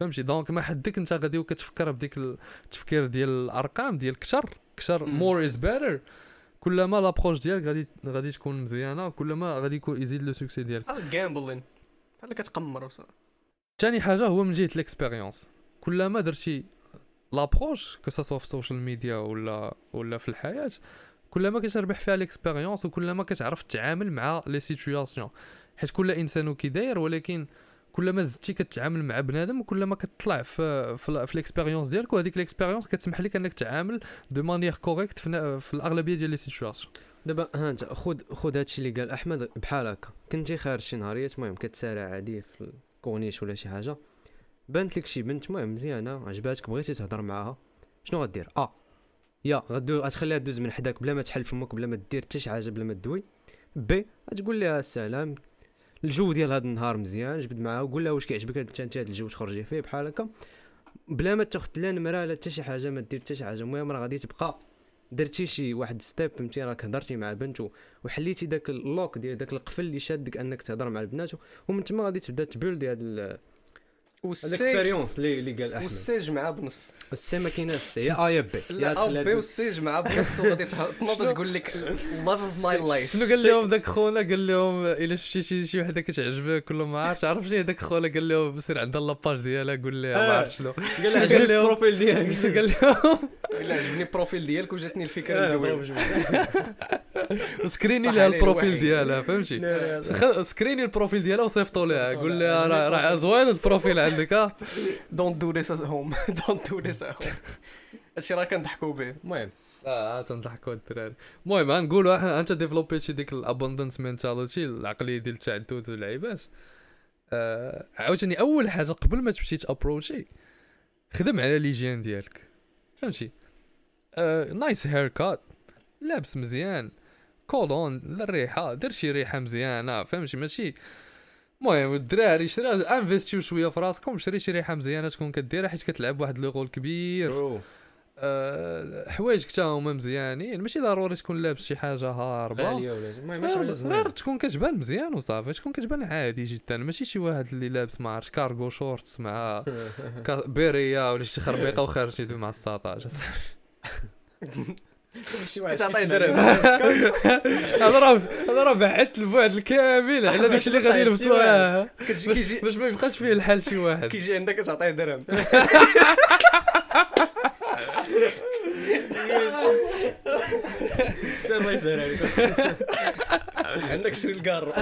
فهمتي. دونك ما حدك انت غادي وكتفكر بديك التفكير ديال الارقام ديال كثر كثر مور از بيتر. كلما لابروش ديالك غادي غادي تكون مزيانه كلما غادي يكون يزيد لو سوكسي ديالك. جامبلين بحال كتقمر. ثاني حاجه هو من جهه الاكسبيريونس كلما درتي لابروش كو سوا في السوشيال ميديا ولا ولا في الحياه كلما كتربح فيها الاكسبيريونس وكلما كتعرف تتعامل مع لي سيتوياسيون حيت كل انسان كي داير. ولكن كلما زدتي كتعامل مع بنادم وكلما كتطلع في في, في الاكسبيريونس ديالك وهذيك الاكسبيريونس كتسمح لك انك تعامل دو مانيير كوريكت في, في الاغلبيه ديال لي سيتوياسيون. دابا ها انت خذ خذ هادشي اللي قال احمد بحال هكا كنتي خارج شي نهاريات المهم كتسارع عادي في الكورنيش ولا شي حاجه بانت لك شي بنت المهم مزيانه عجباتك بغيتي تهضر معاها شنو غدير؟ اه يا غدو غتخليها دوز من حداك بلا ما تحل فمك بلا ما دير حتى شي حاجه بلا ما تدوي. بي غتقول لها السلام الجو ديال هذا النهار مزيان جبد معاها وقول لها واش كيعجبك انت هذا الجو تخرجي فيه بحال هكا بلا ما تاخذ لا نمره لا حتى شي حاجه ما دير حتى شي حاجه. المهم راه غادي تبقى درتي شي واحد ستيب فهمتي راك هضرتي مع بنت وحليتي داك اللوك ديال داك القفل اللي شادك انك تهضر مع البنات ومن تما غادي تبدا تبيلد هذا الاكسبيريونس اللي اللي قال احمد. والسيج مع بنص السي ما كايناش السي يا اي بي يا ا بي والسيج مع بنص وغادي تنوض تقول لك لاف اوف ماي لايف. شنو قال لهم داك خونا؟ قال لهم الا شفتي شي شي وحده كتعجبك كل ما عرفتش عرف شي هذاك خونا قال لهم سير عندها لاباج ديالها قول لها ما عرفت شنو قال لها قال لهم البروفيل ديالك قال لهم الا عجبني البروفيل ديالك وجاتني الفكره ندوي سكريني لها البروفيل ديالها فهمتي سكريني البروفيل ديالها وصيفطوا لها قول لها راه راه زوين البروفيل عندك ها دونت دو ذيس ات هوم دونت دو ذيس ات هوم. هادشي راه كنضحكوا به. المهم اه تنضحكوا الدراري. المهم غنقولوا انت ديفلوبيتي ديك الابوندنس مينتاليتي العقليه ديال التعدد واللعيبات. آه عاوتاني اول حاجه قبل ما تمشي تابروتشي خدم على ليجين ديالك فهمتي. آه نايس هير كات لابس مزيان كولون الريحه دير شي ريحه مزيانه فهمتي ماشي. المهم الدراري شرا انفيستيو شويه في راسكم شري شي ريحه مزيانه تكون كديرها حيت كتلعب واحد لو رول كبير. أه حوايجك حتى هما مزيانين ماشي ضروري تكون لابس شي حاجه هاربه المهم غير تكون كتبان مزيان وصافي تكون كتبان عادي جدا ماشي شي واحد اللي لابس ما عرفتش كارغو شورتس مع بيريا ولا شي خربيقه وخارج يدوي مع الساطاج شي واحد تعطيه درهم. هذا راه هذا راه بعدت البعد الكامل على داكشي اللي غادي يلبسوه كيجي باش ما يبقاش فيه الحال شي واحد كيجي عندك تعطيه درهم. سير الله يسهل عليك عندك شري الكار.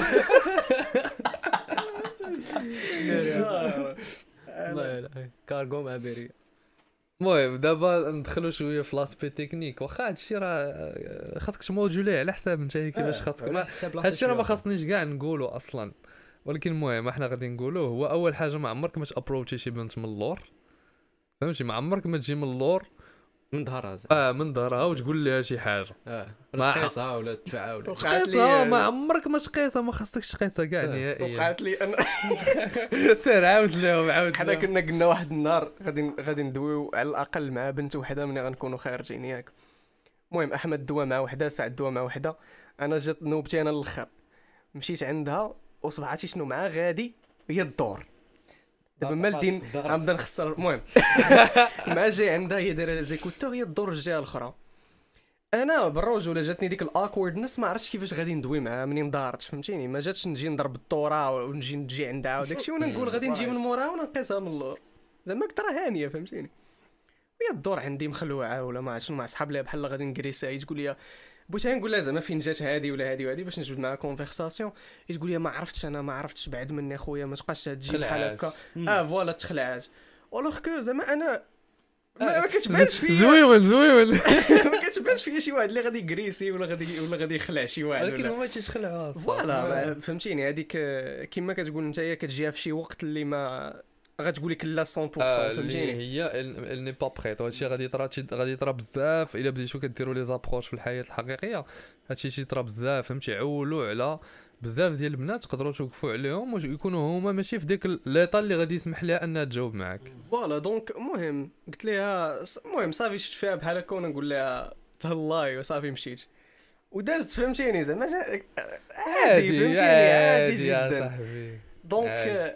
الله يلا كارغو مع بيري. المهم دابا ندخلوا شويه في لاسبي تكنيك واخا هادشي راه خاصك تمودوليه على حساب انت كيفاش خاصك هادشي راه ما خاصنيش كاع نقولوا اصلا. ولكن المهم احنا غادي نقولوه هو اول حاجه ما عمرك ما تابروتشي شي بنت من اللور فهمتي ما عمرك ما تجي من اللور من ظهرها اه من ظهرها وتقول لها شي حاجه اه ولا تقيسها ولا تدفعها ولا تقيسها ما عمرك ما تقيسها ما خاصكش تقيسها كاع نهائيا. وقعت لي انا سير عاود لهم عاود حنا كنا قلنا واحد النهار غادي غادي ندويو على الاقل مع بنت وحده ملي غنكونوا خارجين ياك. المهم احمد دوا مع وحده سعد دوا مع وحده انا جات نوبتي انا الاخر مشيت عندها وصبحاتي شنو معها غادي هي الدور دابا مالدين غنبدا نخسر. المهم مع جاي عندها هي دايره زيكوتور هي الدور الجهه الاخرى انا بالرجوله جاتني ديك الاكوردنس ما عرفتش كيفاش غادي ندوي معها منين دارت فهمتيني ما جاتش نجي نضرب الطوره ونجي نجي عندها وداكشي وانا نقول غادي نجي من موراها ونقيسها من اللور زعما كثر هانيه فهمتيني. وهي الدور عندي مخلوعه ولا ما عرفتش مع صحاب ليها بحال غادي نكريسها تقول لي بغيت نقول لها زعما فين جات هادي ولا هادي وهادي باش نجبد معها كونفرساسيون تقول لي ما عرفتش انا ما عرفتش بعد مني خويا ما تبقاش تجي بحال هكا اه فوالا تخلعات والوغ كو زعما انا ما كتبانش فيا زويون زويون ما كتبانش فيا شي واحد اللي غادي يكريسي ولا غادي ولا غادي يخلع شي واحد ولكن هما تيخلعوا فوالا فهمتيني هذيك كيما كتقول نتايا كتجيها في شي وقت اللي ما غتقول لك لا مية بالمية فهمتيني هي ال ني با بريت هادشي غادي يطرا غادي يطرا بزاف الا بديتو كديروا لي زابروش في الحياه الحقيقيه هادشي تيطرا بزاف فهمتي عولوا على بزاف ديال البنات تقدروا توقفوا عليهم ويكونوا هما ماشي في ديك ليطا اللي غادي يسمح لها انها تجاوب معاك فوالا. دونك المهم قلت لها المهم صافي شفت فيها بحال هكا ونقول لها تهلاي وصافي مشيت ودازت فهمتيني زعما عادي فهمتيني عادي جدا. صاحبي دونك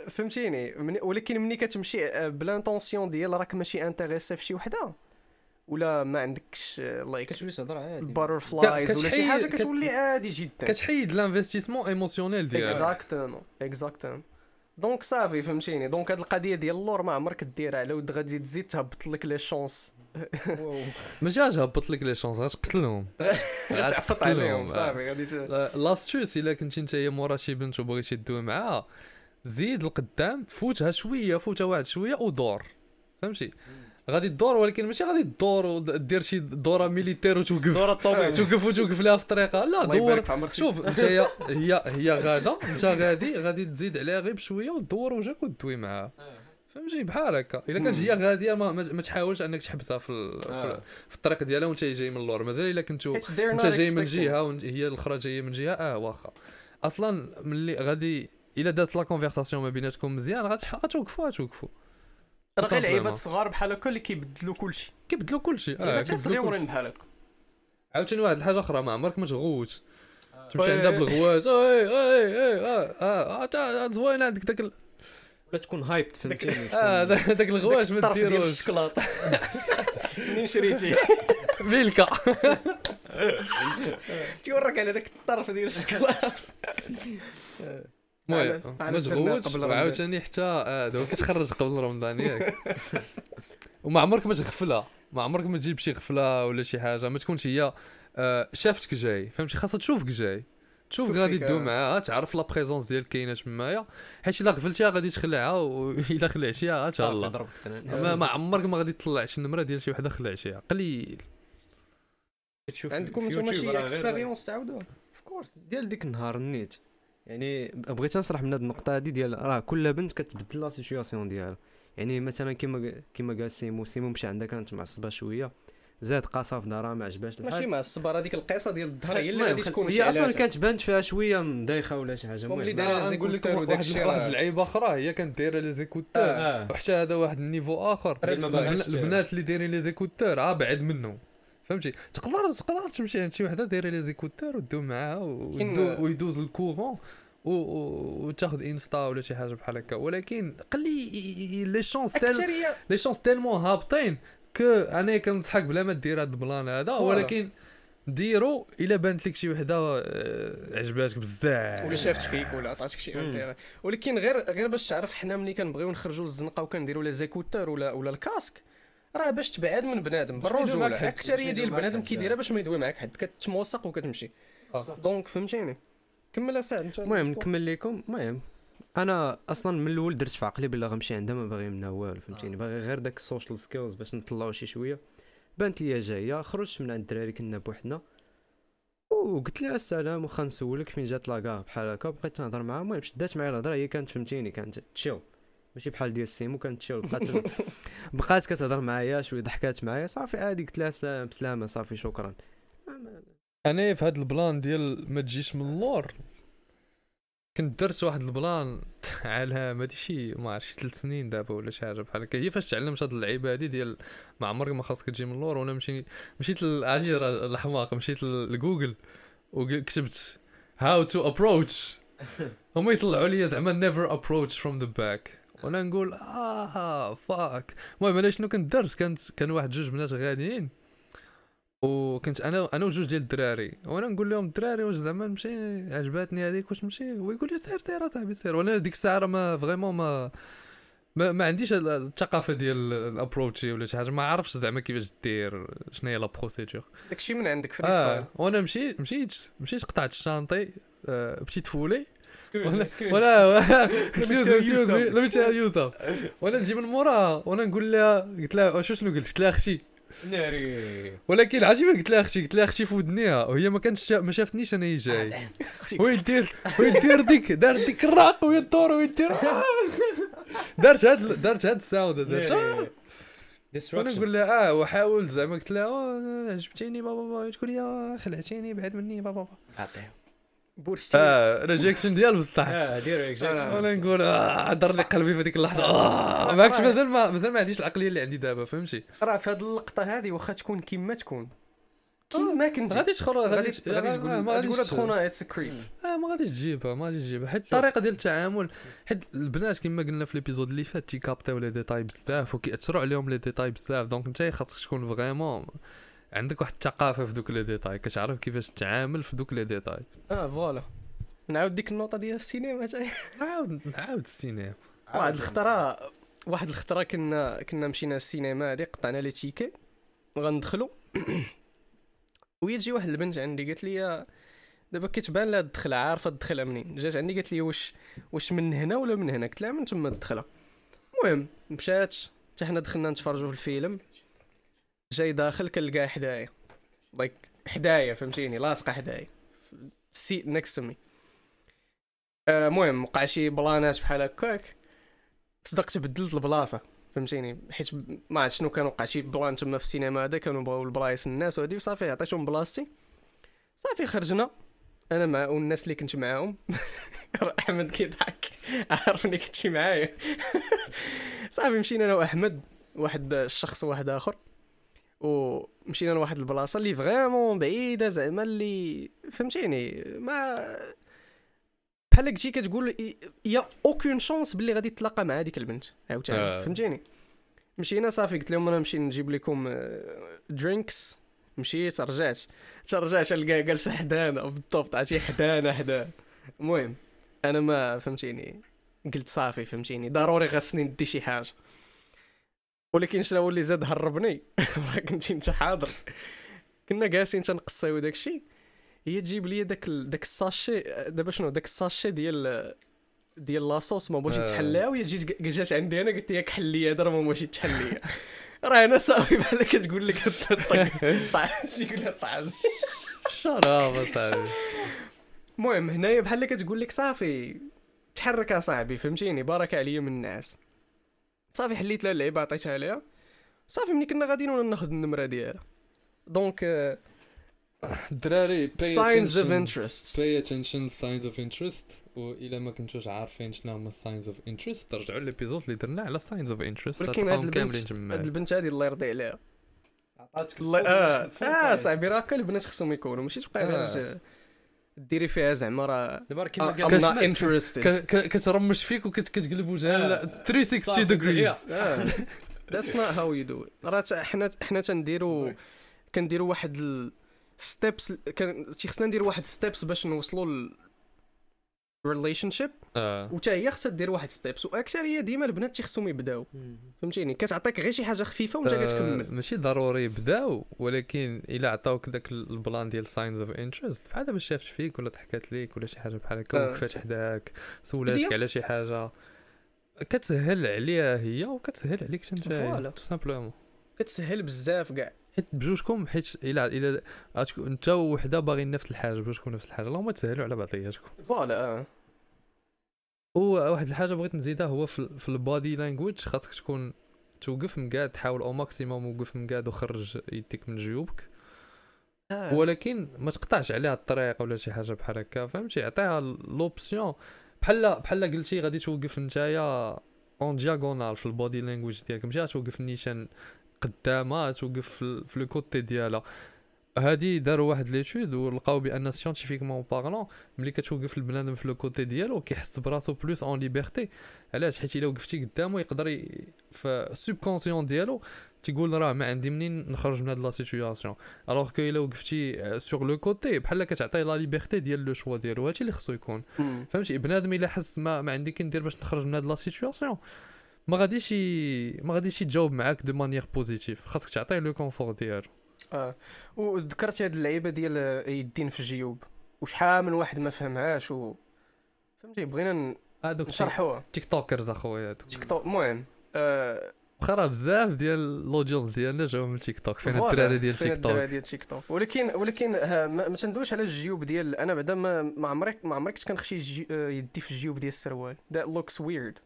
فهمتيني من... ولكن ملي كتمشي بلانطونسيون ديال راك ماشي انتريسي في شي وحده ولا ما عندكش لايك كتولي تهضر عادي باترفلايز ولا شي كتحيد- حاجه كت- كتولي عادي جدا كتحيد لانفستيسمون ايموسيونيل ديالك. اكزاكتومون اكزاكتومون دونك صافي فهمتيني. دونك هاد القضيه ديال اللور ما عمرك ديرها على ود غادي تزيد تهبط لك لي شونس ماشي غاش هبط لك لي شونس غتقتلهم غتعفط عليهم صافي غادي ت- لاستوس الا كنتي نتايا مورا شي بنت وبغيتي تدوي معاها زيد القدام فوتها شويه فوتها واحد شويه ودور فهمتي غادي تدور ولكن ماشي غادي تدور ودير شي دوره ميليتير وتوقف دورة الطوبيس توقف وتوقف لها في الطريقه لا الله دور يبارك في عمرك. شوف نتايا هي هي غاده انت غادي غادي تزيد عليها غير بشويه ودور وجهك ودوي معاها فهمتي بحال هكا الا كانت هي غاديه ما, ما, ما تحاولش انك تحبسها في ال... في, ال... في الطريق ديالها وانت جاي من اللور مازال الا كنتو حيت they're انت not جاي من expecting. جهه وهي الاخرى جايه من جهه اه واخا اصلا ملي غادي الا دازت لا كونفرساسيون ما بيناتكم مزيان غاتح- غتوقفوا غتوقفوا راه غير Simplement. لعيبات صغار بحال هكا اللي كيبدلوا كلشي كيبدلوا كلشي اه لعيبات كيبدلوا صغيورين كلشي بحال هكا عاوتاني واحد الحاجه اخرى ما عمرك ما تغوت تمشي وي- عندها بالغواز اي اي اي اه اه تا زوين عندك داك ال- ولا تكون هايبت فهمتيني اه دا- داك الغواش ما الطرف ديال ديروش الشكلاط منين شريتي ميلكا تيورك على داك الطرف ديال الشكلاط المهم أنا- ما أنا تغوتش قبل رمضان. وعاوتاني حتى اه دابا كتخرج قبل رمضان ياك وما عمرك ما تغفلها ما عمرك ما تجيب شي غفله ولا شي حاجه ما تكونش هي آه، شافتك جاي فهمتي خاصها تشوفك جاي تشوفك تشوف غادي فيك، تدوي آه. معاها تعرف لا بريزونس ديالك كاينه تمايا حيت الا غفلتيها غادي تخلعها والا خلعتيها غاتهلا ضربك ما, ما عمرك ما غادي تطلع شي نمره ديال شي وحده خلعتيها قليل تشوف عندكم في نتوما يوتيوب شي راه غير- اكسبيريونس تعاودوها اوف كورس ديال ديك النهار النيت يعني بغيت نشرح من هذه النقطه هذه ديال راه كل بنت كتبدل لا سيتوياسيون ديالها يعني مثلا كما كما قال سيمو سيمو مشى عندها كانت معصبه شويه زاد قاصه في دارها ما عجباش ماشي الحال مع الصبر هذيك القصه ديال الظهر هي اللي المهم غادي خل- تكون هي اصلا كانت بانت فيها شويه مدايخه ولا شي حاجه المهم اللي المهم دايرة آه، لي نقول لكم زيكوتور وداك واحد الشيء واحد راه- اللعيبه اخرى هي كانت دايره لي زيكوتور اه وحتى هذا واحد النيفو اخر ريت ما باغاش البنا- البنات اللي دايرين لي زيكوتور اه بعد منه فهمتي تقدر تقدر تمشي عند شي وحده دايره لي زيكوتور ودو معاها كاين- ويدوز الكورون وتاخذ انستا ولا شي حاجه بحال هكا ولكن قلي لي شونس تال اكثريه لي شونس تالمون هابطين كو انا كنضحك بلا ما دير هاد البلان هذا ولكن ديرو الا بانت لك شي وحده آه، عجباتك بزاف ولا شافت فيك ولا عطاتك شي انتيغي ولكن غير غير باش تعرف حنا ملي كنبغيو نخرجوا للزنقه وكنديروا لي زيكوتور ولا ولا الكاسك راه باش تبعد من بنادم باش ما يدوي معاك بالرجوله حد، اكثريه باش ما ديال يدوي معاك بنادم حد. كيديرها باش ما يدوي معاك حد كتموثق وكتمشي آه. دونك فهمتيني كمل اسعد انت المهم نكمل لكم المهم انا اصلا من الاول درت في عقلي بلا غنمشي عندها ما باغي منها والو فهمتيني باغي غير داك السوشيال سكيلز باش نطلعوا شي شويه بانت ليا جايه خرجت من عند الدراري كنا بوحدنا وقلت لها السلام واخا نسولك فين جات لاكار بحال هكا بقيت نهضر معاها المهم شدات معايا الهضره هي كانت فهمتيني كانت تشيل ماشي بحال ديال السيمو كانت تشيل بقات بقات كتهضر معايا شويه ضحكات معايا صافي عادي قلت لها السلام بسلامه صافي شكرا انا في هذا البلان ديال ما تجيش من اللور كنت درت واحد البلان على ما شي ما عرفتش ثلاث سنين دابا ولا شي حاجه بحال هكا هي فاش تعلمت هاد اللعيبه هادي ديال ما عمرك ما خاصك تجي من اللور وانا مشي مشيت للعجير الحماق مشيت لجوجل وكتبت هاو تو ابروتش هما يطلعوا لي زعما نيفر ابروتش فروم ذا باك وانا نقول اه فاك المهم انا شنو كنت درت كانت كان واحد جوج بنات غاديين وكنت انا انا وجوج ديال الدراري وانا نقول لهم الدراري واش زعما نمشي عجباتني هذيك واش نمشي ويقول لي سير سير اصاحبي سير وانا ديك الساعه راه ما فريمون ما ما, ما عنديش الثقافه ديال الابروتشي ولا شي حاجه ما عرفتش زعما كيفاش دير شنو هي لا بروسيدور داكشي من عندك فري ستايل اه وانا مشيت مشيت مشيت قطعت الشانطي آه بتيت فولي ولا سكوز ولا اكسكيوز tell you اكسكيوز something. لم تيل يوسف وانا نجي من موراها وانا نقول لها قلت لها شو شنو قلت قلت لها اختي ناري ولكن العجيب قلت لها اختي قلت لها اختي في ودنيها وهي ما كانتش شا... ما شافتنيش انا جاي وهي دير وهي دير ديك دار ديك الراق وهي الدور وهي دير دارت هاد دارت هاد الساوند دارت وانا ديستراكشن نقول لها اه وحاول زعما قلت لها آه، عجبتيني بابا بابا تقول لي آه، خلعتيني بعد مني بابا بابا عطيه بورشتي اه ريجكشن ديال بصح اه دير ريكشن وانا نقول اه دار لي قلبي في ديك اللحظه اه ماكش مازال ما مازال ما عنديش العقليه اللي عندي دابا فهمتي راه في هذه اللقطه هذه واخا تكون كيما تكون كيما كنت غادي تخرج غادي غادي غادي تقول ما تقول غاديش خونا اتس كريب. اه ما غاديش تجيبها ما غاديش تجيبها حيت الطريقه ديال التعامل حيت البنات كما قلنا في ليبيزود اللي فات تيكابطيو لي ديتاي بزاف وكيأثروا عليهم لي ديتاي بزاف دونك انت خاصك تكون فريمون عندك واحد الثقافه في دوك لي ديتاي كتعرف كيفاش تتعامل في دوك لي ديتاي. اه فوالا نعاود ديك النقطه ديال السينما حتى نعاود نعاود السينما. واحد الخطره واحد الخطره كنا كنا مشينا للسينما هادي قطعنا لي تيكي غندخلوا وهي تجي واحد البنت عندي قالت لي دابا كتبان لها الدخله عارفه الدخله منين جات عندي قالت لي واش واش من هنا ولا من هنا قلت لها من تما الدخله. المهم مشات حتى حنا دخلنا نتفرجوا في الفيلم جاي داخل كنلقاه حدايا لايك حدايا فهمتيني لاصقه حدايا سيت نيكست مي. المهم وقع شي بلانات بحال هكاك صدقت بدلت البلاصه فهمتيني حيت ما عرفت شنو كان وقع شي بلان تما في السينما هذا كانوا بغاو البلايص الناس وهادي وصافي عطيتهم بلاصتي صافي خرجنا انا مع والناس اللي كنت معاهم احمد كيضحك عارفني كنتي معايا صافي مشينا انا واحمد واحد الشخص واحد اخر ومشينا لواحد البلاصه اللي فريمون بعيده زعما اللي فهمتيني ما بحال كشي كتقول يا اوكين شانس باللي غادي تتلاقى مع هذيك البنت عاوتاني آه. فهمتيني مشينا صافي قلت لهم انا نمشي نجيب لكم درينكس مشيت رجعت ترجعت لقى جالسه حدانا بالضبط عرفتي حدانا حدا. المهم انا ما فهمتيني قلت صافي فهمتيني ضروري خاصني ندي شي حاجه ولكن شنو هو اللي زاد هربني راه كنتي انت حاضر كنا جالسين تنقصيو داكشي هي تجيب لي داك داك الساشي دابا شنو داك الساشي ديال ديال لاصوص ما بغيتش تحليها وهي جيت جات عندي انا قلت لها كحل لي هذا راه ما بغيتش تحليها راه انا صافي بحال كتقول لك طاز يقول لها طاز شراب صاحبي. المهم هنايا بحال كتقول لك صافي تحرك يا صاحبي فهمتيني بارك عليا من الناس صافي حليت لها اللعيبه عطيتها ليها صافي ملي كنا غاديين ولا ناخذ النمره ديالها دونك الدراري signs of interest pay attention signs of interest وإلا ما كنتوش عارفين شنو هما signs of interest ترجعوا للابيزود اللي درنا على signs of interest تلقاوهم كاملين تما. هاد البنت هادي الله يرضي عليها عطاتك الله اه اه صاحبي راه البنات خصهم يكونوا ماشي تبقى غير ديري فيها زعما راه دابا كيما قال I'm not interested كترمش فيك وكتقلب وجهها ثلاثمية وستين degrees. that's not how you do it. راه حنا حنا تنديروا كنديروا واحد ستيبس كان خصنا ندير واحد ستيبس باش نوصلوا ل ريليشن شيب وتا هي خصها دير واحد ستيبس واكثريه ديما البنات تيخصهم يبداو فهمتيني كتعطيك غير شي حاجه خفيفه وانت كتكمل ماشي ضروري يبداو ولكن الا عطاوك داك البلان ديال ساينز اوف انترست بحال دابا شافت فيك ولا ضحكات ليك ولا شي حاجه بحال هكا وقفات حداك سولاتك على شي حاجه كتسهل عليها هي وكتسهل عليك انت تو سامبلومون كتسهل بزاف كاع حيت بجوجكم حيت الا الا انت وحده باغيين نفس الحاجه بجوجكم نفس الحاجه اللهم تسهلوا على بعضياتكم فوالا. وواحد الحاجه بغيت نزيدها هو في, في البادي لانجويج خاصك تكون توقف مقاد تحاول او ماكسيموم وقف مقاد وخرج يديك من جيوبك آه. ولكن ما تقطعش عليها الطريق ولا شي حاجه بحال هكا فهمتي عطيها لوبسيون بحال بحال قلتي غادي توقف نتايا اون دياغونال في البادي لانجويج ديالك ماشي غتوقف النيشان قدامها توقف في لو كوتي ديالها. هادي داروا واحد ليتود ولقاو بان سيانتيفيكمون بارلون ملي كتوقف البنادم في لو كوتي ديالو كيحس براسو بلوس اون ليبرتي علاش حيت الا وقفتي قدامه يقدر ي... في السوبكونسيون ديالو تيقول راه ما عندي منين نخرج من هاد لا سيتوياسيون الوغ كو الا وقفتي سور لو كوتي بحال كتعطي لا ليبرتي ديال لو شوا ديالو هادشي اللي خصو يكون فهمتي بنادم الا حس ما, ما عندي كندير باش نخرج من هاد لا سيتوياسيون ما غاديش ما غاديش يجاوب معاك دو مانيير بوزيتيف خاصك تعطيه لو كونفور ديالو. اه وذكرت هاد اللعيبه ديال يدين في الجيوب وشحال من واحد ما فهمهاش و فهمتي بغينا هادوك نشرحوها تيك توكرز اخويا تيك توك. المهم آه خرا بزاف ديال لوديونس ديالنا جاو من تيك توك فين الدراري ديال تيك توك ديال تيك توك ولكن ولكن ما تندويش على الجيوب ديال انا بعدا ما عمرك ما عمرك كنخشي يدي في الجيوب ديال السروال that looks weird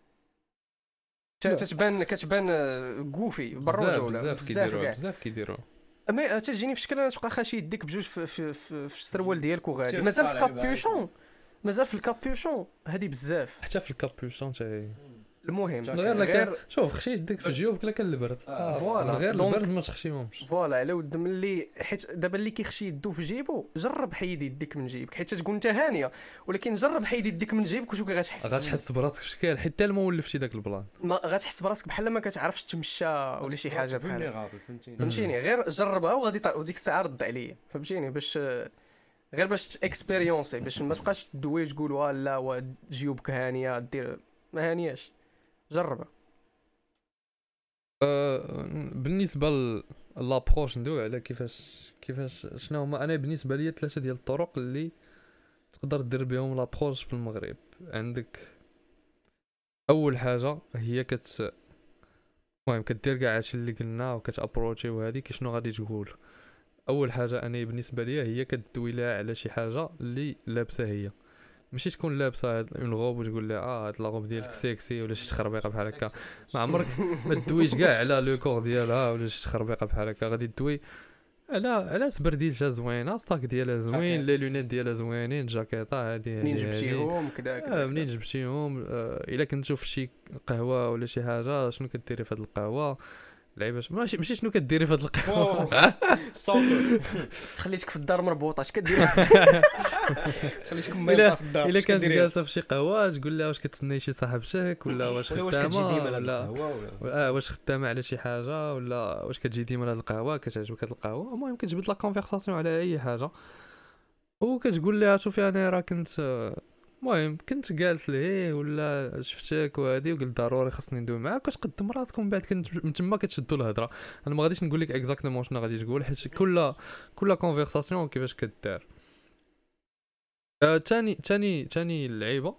تتبان كتبان غوفي بالروجه ولا بزاف كيديروا بزاف كيديروا اما تجيني في شكل انا تبقى خاشي يديك بجوج في في في, في السروال ديالك وغادي مازال في الكابيوشون مازال في الكابيوشون هذه بزاف حتى في الكابيوشون تاعي المهم غير غير شوف خشي يديك في جيوبك لا كان البرد فوالا غير البرد ما تخشيهمش فوالا على ود ملي حيت دابا اللي كيخشي يدو في جيبو جرب حيد يديك من جيبك حيت تكون انت هانيه ولكن جرب حيد يديك من جيبك وشوف غتحس غتحس براسك في شكل حيت حتى ما ولفتي داك البلان ما غتحس براسك بحال ما كتعرفش تمشى ولا شي حاجه بحال فهمتيني غير جربها وغادي وديك الساعه رد عليا فهمتيني باش غير باش اكسبيريونسي باش ما تبقاش تدوي تقول لا وا جيوبك هانيه دير ما هانياش جربها. أه بالنسبه لابروش ندوي على كيفاش كيفاش شنو هما. انا بالنسبه لي ثلاثه ديال الطرق اللي تقدر دير بهم لابروش في المغرب. عندك اول حاجه هي كت المهم كدير كاع هادشي اللي قلنا وكتابروتشي وهذه كي شنو غادي تقول. اول حاجه انا بالنسبه لي هي كدوي لها على شي حاجه اللي لابسه هي ماشي تكون لابسه اون غوب وتقول لها اه هاد لا غوب ديالك سيكسي ولا شي تخربيقه بحال هكا. ما عمرك ما تدويش كاع على لو كور ديالها ولا شي تخربيقه بحال هكا. غادي تدوي على على سبرديلتها زوينه ستاك ديالها زوين لي لونيت ديالها زوينين جاكيطه هادي منين جبتيهم كذا كذا منين جبتيهم. آه الا كنت تشوف شي قهوه ولا شي حاجه شنو كديري في هاد القهوه لعيبه ماشي ماشي شنو كديري في هاد القهوه الصوت خليتك في الدار مربوطه اش كدير خليتك ميطه في الدار. الا كانت جالسه في شي قهوه تقول لها واش كتسناي شي صاحبتك ولا واش خدامه ولا اه واش خدامه على شي حاجه ولا واش كتجي ديما لهاد القهوه كتعجبك هاد القهوه. المهم كتجبد لا كونفرساسيون على اي حاجه وكتقول لها شوفي انا راه كنت المهم كنت جالس ليه ولا شفتك وهادي وقلت ضروري خاصني ندوي معاك واش قد مراتكم بعد كنت من تما كتشدوا الهضره. انا ما غاديش نقول لك اكزاكتومون شنو غادي تقول حيت كل كل كونفرساسيون كيفاش كدار. ثاني ثاني ثاني اللعيبه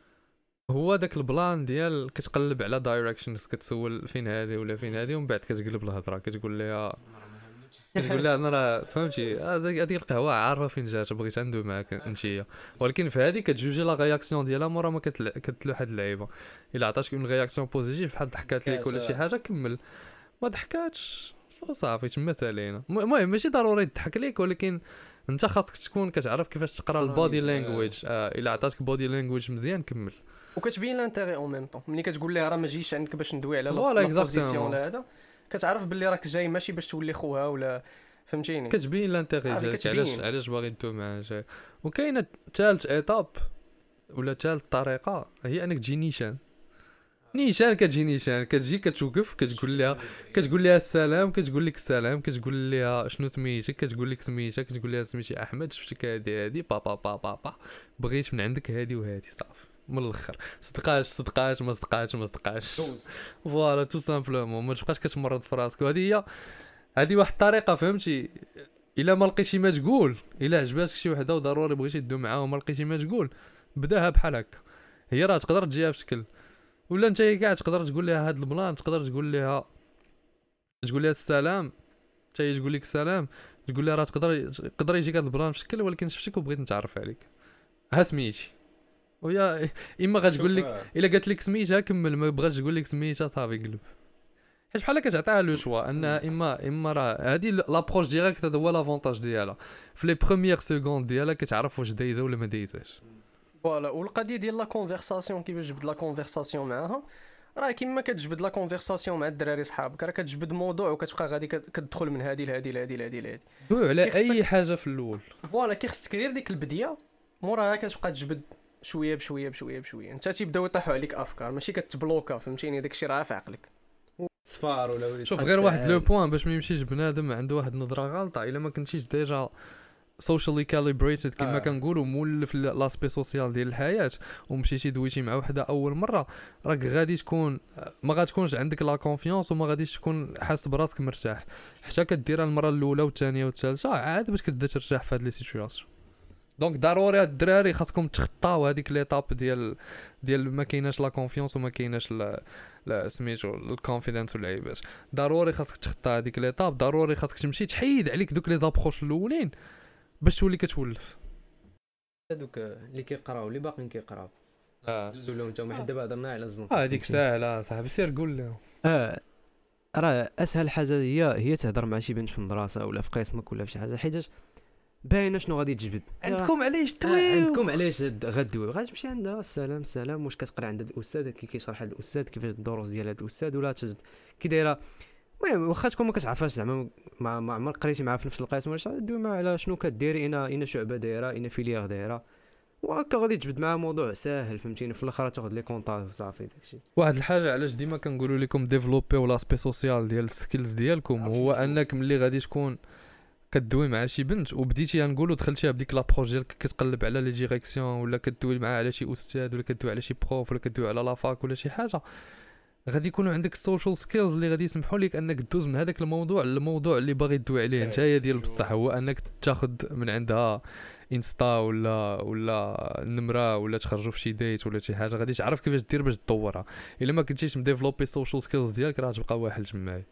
هو داك البلان ديال كتقلب على دايركشنز كتسول فين هذه ولا فين هذه ومن بعد كتقلب الهضره كتقول لها كتقول لها انا راه فهمتي هذيك القهوه عارفه فين جات بغيت ندوي معاك انتيا. ولكن في هذه كتجوجي لا رياكسيون ديالها مورا ما كتلوح هاد اللعيبه. الا عطاتك اون رياكسيون بوزيتيف بحال ضحكات ليك ولا شي حاجه كمل ما ضحكاتش صافي تما سالينا. المهم ماشي ضروري تضحك ليك ولكن انت خاصك تكون كتعرف كيفاش تقرا البودي لانجويج. آه الا عطاتك بودي لانجويج مزيان كمل وكتبين لانتيغي اون ميم طون. ملي كتقول لها راه ما جيش عندك باش ندوي على لا بوزيسيون هذا كتعرف باللي راك جاي ماشي باش تولي خوها ولا فهمتيني كتبين لانتيغي ديالك علاش علاش باغي تدوي معاه جاي. وكاينه ثالث ايطاب ولا ثالث طريقه هي انك تجي نيشان. نيشان كتجي نيشان كتجي كتوقف كتقول لها كتقول لها السلام كتقول لك السلام كتقول لها شنو سميتك كتقول لك سميتك كتقول لها سميتي احمد شفتك هادي هادي با با با با با بغيت من عندك هادي وهادي صافي من الاخر صدقاش صدقاش ما صدقاش ما صدقاش فوالا تو سامبلومون ما تبقاش كتمرض في راسك. وهذه هي هذه واحد الطريقه فهمتي. الا ما لقيتي ما تقول الا عجباتك شي وحده وضروري بغيتي تدو معاها وما لقيتي ما تقول بداها بحال هكا. هي راه تقدر تجيها في شكل ولا انت كاع تقدر تقول لها هاد البلان تقدر تقول لها تقول لها السلام حتى هي تقول لك السلام تقول لها راه تقدر يقدر يجيك هاد البلان في شكل ولكن شفتك وبغيت نتعرف عليك ها سميتي. ويا اما غتقول لك الا قالت لك سميتها كمل ما بغاتش تقول لك سميتها صافي قلب. حيت بحال كتعطيها لو شوا ان اما اما راه هادي لابروش ديريكت هذا هو لافونتاج ديالها في لي بروميير سكوند ديالها كتعرف واش دايزه ولا ما دايزاش. فوالا والقضيه ديال لا كونفرساسيون كيفاش تجبد لا كونفرساسيون معاها راه كيما كتجبد لا كونفرساسيون مع الدراري صحابك راه كتجبد موضوع وكتبقى غادي كتدخل من هذه لهذه لهذه لهذه لهذه دوي على اي حاجه في الاول. فوالا كيخصك غير ديك البديه موراها كتبقى تجبد شويه بشويه بشويه بشويه انت تيبداو يطيحوا عليك افكار ماشي كتبلوكا فهمتيني داكشي راه في عقلك صفار ولا وليد. شوف غير واحد لو بوين باش ما يمشيش بنادم عنده واحد النظره غلطه الا ما كنتيش ديجا socially calibrated كما آه. كنقولوا مولف لاسبي سوسيال ديال الحياه ومشيتي دويتي مع وحده اول مره راك غادي تكون ما غاتكونش عندك لا كونفيونس وما غاديش تكون حاس براسك مرتاح حتى كديرها المره الاولى والثانيه والثالثه عاد باش كتبدا ترتاح في هاد لي سيتوياسيون. دونك ضروري هاد الدراري خاصكم تخطاو هذيك ليطاب ديال ديال ما كايناش لا كونفيونس وما كايناش لا لا سميتو الكونفيدنس والعيبات. ضروري خاصك تخطى هذيك ليطاب ضروري خاصك تمشي تحيد عليك دوك لي زابروش الاولين باش تولي كتولف. هذوك اللي كيقراو اللي باقيين كيقراو اه سولهم نتوما حتى دابا هضرنا على الزنقه هذيك ساهله صاحبي سير قول لهم. اه راه اسهل حاجه هي هي تهضر مع شي بنت في المدرسه ولا في قسمك ولا في شي حاجه حيت باينه شنو غادي تجبد. عندكم علاش آه، دويو عندكم علاش غدويو غتمشي عندها السلام السلام واش كتقرا عند الاستاذ كي كيشرح هذا الاستاذ كيفاش الدروس ديال هذا الاستاذ ولا تجد كي دايره. المهم واخا تكون ما كتعرفهاش زعما ما ما عمرك قريتي معاه في نفس القسم ولا شي دوي معاه على شنو كديري انا انا شعبه دايره انا فيليير دايره وهكا غادي تجبد معاه موضوع ساهل فهمتيني. في الاخر تاخذ لي كونطاك وصافي داكشي. واحد الحاجه علاش ديما كنقولوا لكم ديفلوبي ولا سبي سوسيال ديال السكيلز ديالكم هو انك ملي غادي تكون كدوي مع شي بنت وبديتي نقولوا دخلتيها بديك لابروج ديالك كتقلب على لي ديريكسيون ولا كدوي معها على شي استاذ ولا كدوي على شي بروف ولا كدوي على لافاك ولا شي حاجه غادي يكونوا عندك السوشيال سكيلز اللي غادي يسمحوا لك انك تدوز من هذاك الموضوع للموضوع اللي باغي تدوي عليه نتايا ديال بصح هو انك تاخذ من عندها انستا ولا ولا النمره ولا تخرجوا في شي ديت ولا شي حاجه غادي تعرف كيفاش دير باش تطورها. الا ما كنتيش مديفلوبي السوشيال سكيلز ديالك راه تبقى واحد جماعي.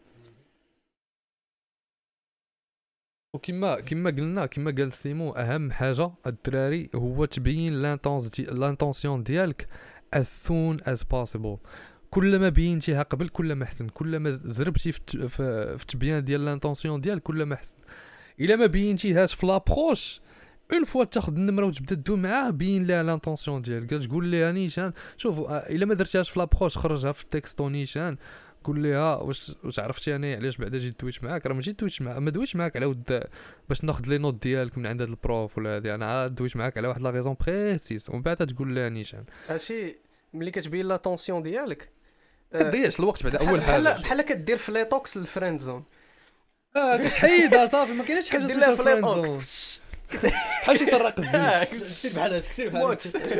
وكما كما قلنا كما قال سيمو اهم حاجه الدراري هو تبين لانتونسيون ديالك as soon as possible. كل ما بينتيها قبل كل ما احسن. كل ما زربتي في في, في تبيان ديال لانتونسيون ديالك كل ما احسن. الا ما بينتيهاش في لابروش اون فوا تاخذ النمره وتبدا تدو معاه بين لها لانتونسيون ديالك تقول لها نيشان شوف الا ما درتيهاش في لابروش خرجها في التكستو نيشان قول لها واش واش عرفتي انا علاش بعدا جيت دويت معاك راه ماشي دويت معاك ما دويتش معاك على ود باش ناخذ لي نوت ديالك من عند هذا البروف ولا هذه انا دويت معاك على واحد لا ريزون بريسيس ومن بعد تقول لها نيشان هادشي ملي كتبين لا طونسيون ديالك كديرش الوقت بعد اول حاجه بحال بحال كدير في لي توكس الفريند زون اه كتحيدها صافي ما كاينش حاجه كدير في لي زون توكس بحال شي سراق الزيت بحال هاد كثير بحال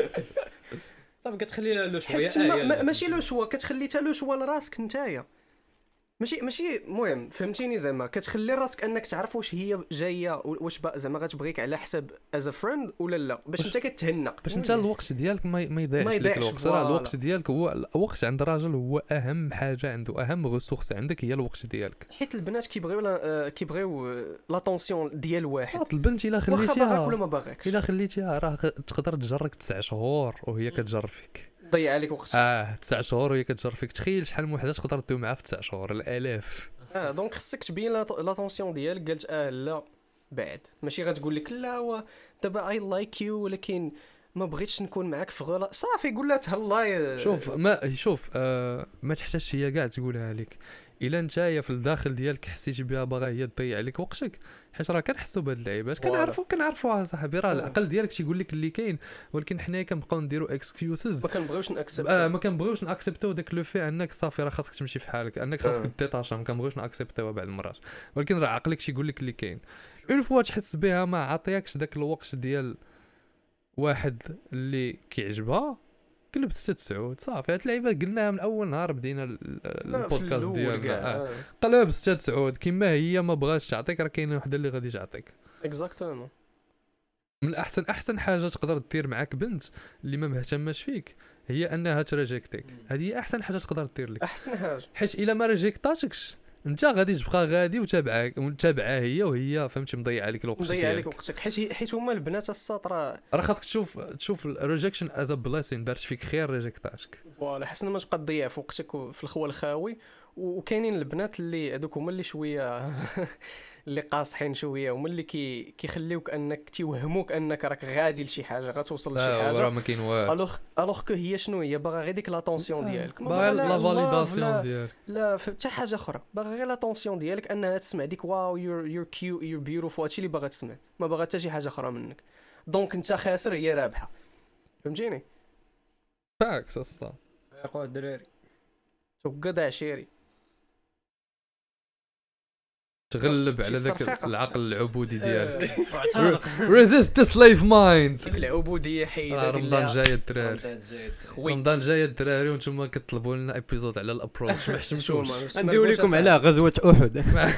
صافي كتخلي لو شويه اه ماشي لو شوا كتخلي حتى لو شوا لراسك نتايا ماشي ماشي المهم فهمتيني زعما كتخلي راسك انك تعرف واش هي جايه واش زعما غتبغيك على حسب از فريند ولا لا باش انت كتهنى باش انت الوقت ديالك ما ما يضيعش لك الوقت. راه الوقت ديالك هو الوقت عند الراجل هو اهم حاجه عنده اهم ريسورس عندك هي الوقت ديالك حيت البنات كيبغيو لا كيبغيو لاتونسيون ديال واحد صات البنت الا واخا خليتيها باغاك ولا ما باغاكش الا خليتيها راه تقدر تجرك تسع شهور وهي كتجر فيك ضيع عليك وقت اه تسع شهور وهي كتجر فيك. تخيل شحال من وحده تقدر تدوي معها في تسع شهور الالاف. اه دونك خصك تبين لاتونسيون ديالك قالت اه لا بعد ماشي غتقول لك لا هو دابا اي لايك يو ولكن ما بغيتش نكون معاك في غلا صافي قول لها تهلاي. شوف ما شوف آه ما تحتاجش هي كاع تقولها لك. الا نتايا في الداخل ديالك حسيتي بها باغا هي تضيع عليك وقتك حيت راه كنحسوا بهاد اللعيبات كنعرفوا كنعرفوا صاحبي راه العقل ديالك تيقول لك اللي كاين ولكن حنايا كنبقاو نديروا اكسكيوزز ما كنبغيوش ناكسبت آه ما كنبغيوش ناكسبتو داك لو في انك صافي راه خاصك تمشي في حالك انك خاصك ديتاشا ما كنبغيوش ناكسبتوها بعض المرات ولكن راه عقلك تيقول لك اللي كاين. اون فوا تحس بها ما عطياكش داك الوقت ديال واحد اللي كيعجبها قلب ستة سعود صافي. هاد اللعيبه قلناها من اول نهار بدينا البودكاست ديالنا آه. قلب ستة سعود كما هي ما بغاتش تعطيك راه كاينه وحده اللي غادي تعطيك اكزاكتومون. من الاحسن احسن حاجه تقدر دير معاك بنت اللي ما مهتماش فيك هي انها تريجيكتيك. هذه احسن حاجه تقدر دير لك احسن حاجه حيت الا ما ريجيكتاتكش انت غادي تبقى غادي وتابعك وتابعها هي وهي فهمتي مضيعه عليك الوقت مضيعه عليك وقتك حيت حيت هما البنات الساطره راه خاصك تشوف تشوف الريجكشن از ا بليسين دارت فيك خير ريجيكتاتك فوالا حسن ما تبقى تضيع في وقتك في الخوى الخاوي. وكاينين البنات اللي هذوك هما اللي شويه اللي قاصحين شويه هما اللي كي كيخليوك انك تيوهموك انك راك غادي لشي حاجه غتوصل لشي حاجه راه ما كاين والو الوغ الوغ كو هي شنو هي باغا غير ديك لاتونسيون ديالك باغا لا فاليداسيون ديالك لا حتى حاجه اخرى باغا غير لاتونسيون ديالك انها تسمع ديك واو يور يور كيو يور بيوتيفول هادشي اللي باغا تسمع ما باغا حتى شي حاجه اخرى منك دونك انت خاسر هي رابحه فهمتيني فاكس الصا فيقوا الدراري توقع عشيري تغلب على ذاك العقل العبودي ديالك ريزيست ذا سليف مايند العبوديه حيده رمضان جاي الدراري رمضان جاي الدراري وانتم كتطلبوا لنا ابيزود على الابروتش ما حشمتوش نديروا لكم على غزوه احد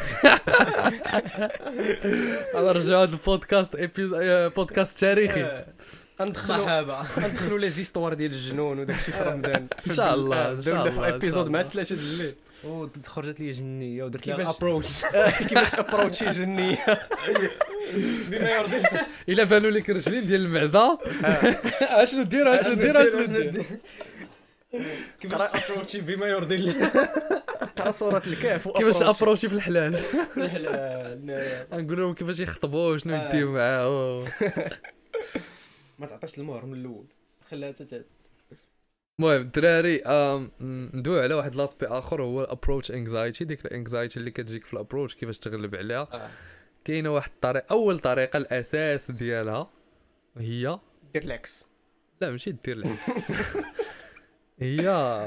على رجعوا هذا البودكاست بودكاست تاريخي الصحابه ندخلوا لي زيستوار ديال الجنون وداكشي في رمضان ان شاء الله ان شاء الله ابيزود مع ثلاثة د الليل خرجت لي جنيه ودرت لها ابروتش كيفاش ابروتشي جنيه بما يرضيش الا بانوا لك رجلين ديال المعزه اشنو دير اشنو دير اشنو دير كيفاش ابروتشي بما يرضي الله. قرا سوره الكهف كيفاش ابروشي في الحلال الحلال نقول لهم كيفاش يخطبوا شنو يديو معاه. ما تعطيش المهر من الاول خليها حتى. المهم الدراري ندوي على واحد لاسبي اخر هو الابروتش انكزايتي. ديك الانكزايتي اللي كتجيك في الابروتش كيفاش تغلب عليها. كاينه واحد الطريقه، اول طريقه الاساس ديالها هي دير العكس. لا ماشي دير العكس هي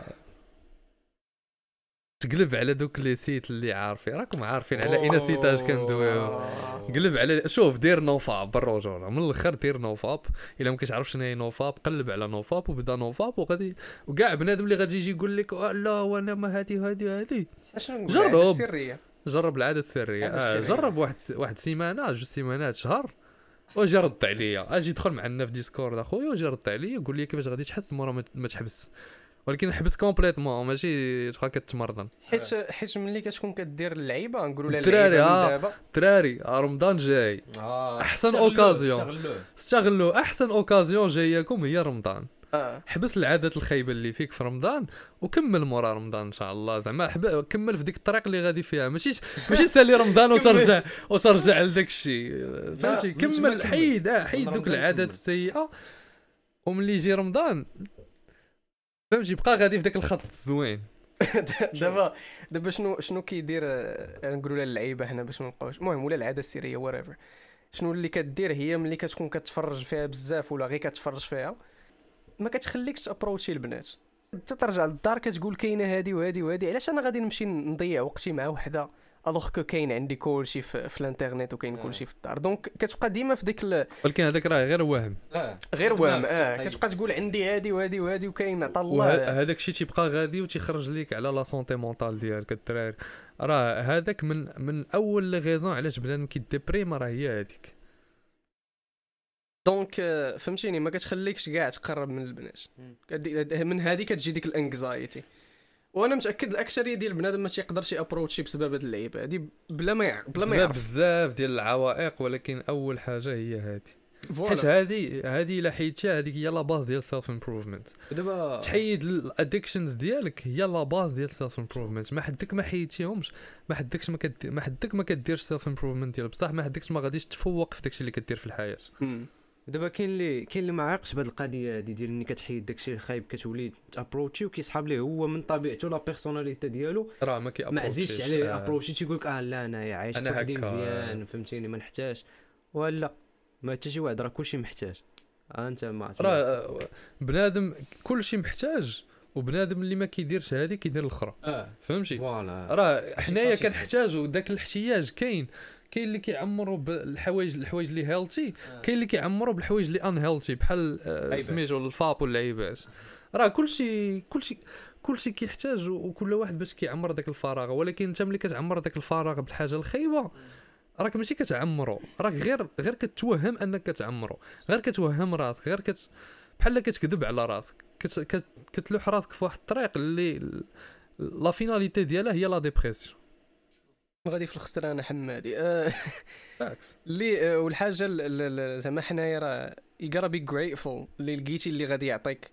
تقلب على دوك لي سيت اللي عارفين، راكم عارفين على اين سيتاج كندويو. قلب على شوف دير نوفاب بالرجوله من الاخر، دير نوفاب. الا ما كتعرفش شنو هي نوفاب قلب على نوفاب وبدا نوفاب وغادي وكاع بنادم اللي غادي يجي يقول لك لا وانا ما هادي هادي هادي جرب السريه، جرب العاده السريه. آه جرب واحد واحد سيمانه جوج سيمانات شهر واجي رد عليا، اجي ادخل معنا في ديسكورد اخويا واجي رد عليا قول لي كيفاش غادي تحس مورا ما تحبس، ولكن نحبس كومبليتمون ماشي تبقى كتمرضن. حيت حيت ملي كتكون كدير اللعيبه نقولوا لها الدراري ها الدراري رمضان جاي آه. احسن اوكازيون استغلوا احسن اوكازيون جايكم هي رمضان. آه. حبس العادات الخايبه اللي فيك في رمضان وكمل مورا رمضان ان شاء الله. زعما حب... كمل في ديك الطريق اللي غادي فيها، ماشي ماشي سالي رمضان وترجع وترجع لذاك الشيء فهمتي. كمل حيد اه حيد دوك العادات السيئه وملي يجي رمضان فهمتي بقى غادي في داك الخط الزوين. دابا دابا شنو شنو كيدير نقولوا لها اللعيبه هنا باش ما نبقاوش المهم ولا العاده السريه وريفر. شنو اللي كدير هي ملي كتكون كتفرج فيها بزاف ولا غير كتفرج فيها ما كتخليكش تابروتشي البنات، انت ترجع للدار كتقول كاينه هادي وهادي وهادي، علاش انا غادي نمشي نضيع وقتي مع وحده الوغ كو كاين عندي كلشي في, في الانترنت وكاين كلشي في الدار. دونك كتبقى ديما في ديك ال... ولكن هذاك راه غير وهم آه. غير وهم اه كتبقى تقول عندي هادي وهادي وهادي وكاين عطا الله. هذاك الشيء تيبقى غادي وتيخرج ليك على لا سونتي مونطال ديالك الدراري. راه هذاك من من اول لي غيزون علاش بنادم كيديبريم راه هي هذيك. دونك فهمتيني ما كتخليكش كاع تقرب من البنات من هذه كتجي ديك الانكزايتي. وانا متاكد الاكثريه ديال البنادم ما تيقدرش يابروتشي بسبب هاد اللعيبه هادي بلا ما يعرف بلا ما يعرف بزاف ديال العوائق، ولكن اول حاجه هي هادي حيت هادي هادي الا حيدتها هذيك هي لا باز ديال سيلف امبروفمنت. دابا تحيد الادكشنز ديالك هي لا باز ديال سيلف امبروفمنت. ما حدك ما حيدتيهمش ما حدكش ما كدير ما حدك ما كديرش سيلف امبروفمنت ديال بصح ما حدكش ما غاديش تفوق في داكشي اللي كدير في الحياه. دابا كاين اللي كاين اللي ما عاقش بهاد القضيه هادي ديال اني كتحيد داكشي الخايب كتولي تابروتشي وكيصحاب ليه هو من طبيعته لا بيرسوناليتي ديالو راه ما كيابروتشيش ما عزيزش عليه ابروتشي تيقول لك اه لا انا عايش بوحدي مزيان فهمتيني ما نحتاج ولا ما حتى شي واحد راه كلشي محتاج. اه انت ما راه بنادم كلشي محتاج وبنادم اللي ما كيديرش هذه كيدير الاخرى اه فهمتي. فوالا راه حنايا كنحتاجوا داك الاحتياج. كاين كاين اللي كيعمروا بالحوايج الحوايج اللي هيلثي آه. كاين اللي كيعمروا بالحوايج اللي ان هيلثي بحال آه سميتو الفاب واللعيبات. راه كلشي كلشي كلشي كيحتاج وكل واحد باش كيعمر داك الفراغ. ولكن انت ملي كتعمر داك الفراغ بالحاجه الخايبه راك ماشي كتعمرو راك غير غير كتوهم انك كتعمرو غير كتوهم راسك غير كت بحال كتكذب على راسك كت... كت... كتلوح راسك في واحد الطريق اللي لا فيناليتي ديالها هي لا ديبرسيون. غادي في الخسرانه حمادي فاكس اللي والحاجه زعما حنايا راه you gotta be grateful اللي لقيتي اللي غادي يعطيك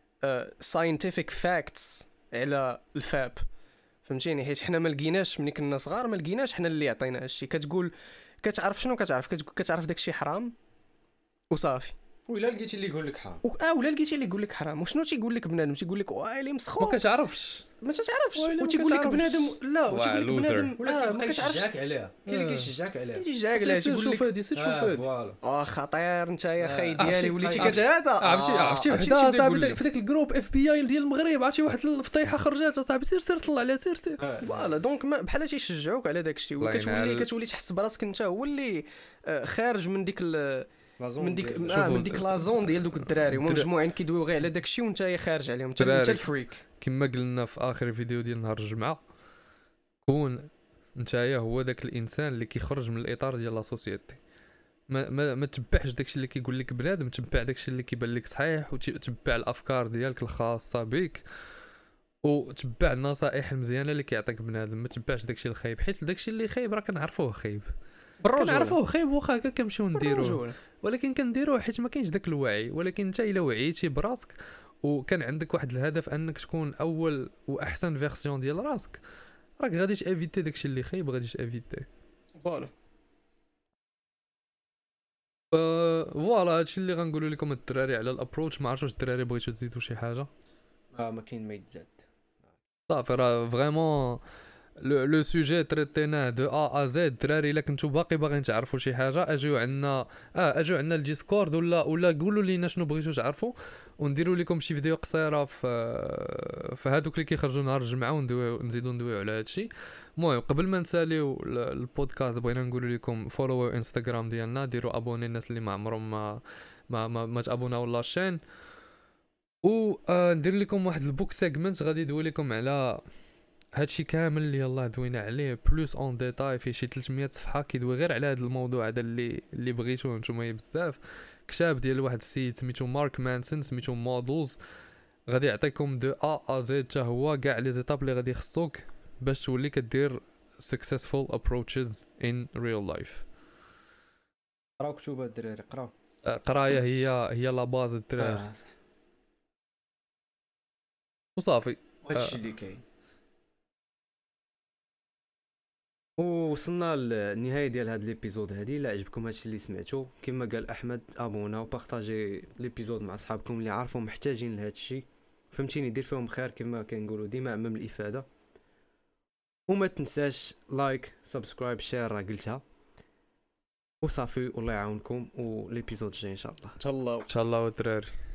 scientific facts على الفاب فهمتيني. حيت حنا ما لقيناش ملي كنا صغار ما لقيناش حنا اللي عطينا هادشي. كتقول كتعرف شنو كتعرف كتقول كتعرف داكشي حرام وصافي. ولا لقيتي اللي يقول لك حرام و... اه ولا لقيتي اللي يقول لك حرام وشنو تيقول لك بنادم تيقول لك وايلي مسخون ما كتعرفش ما تعرفش وتيقول لك بنادم لا وتيقول لك بنادم ولا ما كيشجعك عليها. كاين اللي كيشجعك عليها كيشجعك عليها تيقول لك شوف هادي سير شوف هادي اه خطير انت يا خاي ديالي وليتي كتهذا عرفتي عرفتي وحده صاحبي في داك الجروب اف بي اي ديال المغرب عرفتي واحد الفضيحه خرجات صاحبي سير سير طلع عليها سير سير فوالا. دونك بحال تيشجعوك على داك الشيء وكتولي كتولي تحس براسك انت هو اللي خارج من ديك من ديك آه من ديك لازون ديال دوك الدراري هما مجموعين كيدويو غير على داك الشيء وانت خارج عليهم انت الفريك. كما قلنا في اخر فيديو ديال نهار الجمعه كون نتايا هو داك الانسان اللي كيخرج من الاطار ديال لا سوسيتي. ما ما, ما تبعش داكشي اللي كيقول لك بنادم تبع داكشي اللي كيبان لك صحيح وتبع الافكار ديالك الخاصه بك وتبع النصائح المزيانه اللي كيعطيك بنادم. ما تبعش داكشي الخايب حيت داكشي اللي خايب راه كنعرفوه خايب كنعرفوه خايب واخا هكا كنمشيو نديروه ولكن كنديروه حيت ما كاينش داك الوعي. ولكن انت الا وعيتي براسك وكان عندك واحد الهدف انك تكون اول واحسن فيرسيون ديال راسك، راك غادي تافيتي داكشي اللي خايب، غادي تافيتي. فوالا فوالا هادشي اللي غنقولوا لكم الدراري على الابروتش. ما عرفتش واش الدراري بغيتو تزيدوا شي حاجه. اه ما كاين ما يتزاد صافي راه فريمون لو لو سوجي تريتيناه دو ا ا زد. الدراري الا كنتو باقي باغيين تعرفوا شي حاجه اجيو عندنا اه اجيو عندنا الديسكورد ولا ولا قولوا لينا شنو بغيتو تعرفوا ونديروا لكم شي فيديو قصيره في في هذوك اللي كيخرجوا نهار الجمعه وندويو نزيدوا ندويو على هادشي. المهم قبل ما نساليو البودكاست بغينا نقولوا لكم فولو انستغرام ديالنا، ديروا ابوني الناس اللي ما عمرهم ما ما ما, ما تابوناو لاشين، و آه ندير لكم واحد البوك سيجمنت غادي يدوي لكم على هادشي كامل اللي يلاه دوينا عليه بلوس اون ديتاي فيه شي ثلاثمية صفحه كيدوي غير على هذا الموضوع هذا اللي اللي بغيتوه نتوما بزاف. كتاب ديال واحد السيد سميتو مارك مانسون سميتو مودلز، غادي يعطيكم دو ا ا زد حتى هو كاع لي زيتاب اللي غادي يخصوك باش تولي كدير successful approaches in real life. قراو كتب الدراري قراو قرايه هي هي لا باز الدراري. آه صح. وصافي هادشي اللي كاين. ووصلنا للنهايه ديال هذا الابيزود هذه. الا عجبكم هادشي اللي سمعتو كما قال احمد ابونا وبارطاجي الابيزود مع اصحابكم اللي عارفهم محتاجين لهذا الشيء، فهمتيني، دير فيهم خير كما كنقولوا ديما عمم الافاده. وما تنساش لايك سبسكرايب شير راه قلتها وصافي. والله يعاونكم، والابيزود الجاي ان شاء الله ان شاء الله ان شاء الله الدراري.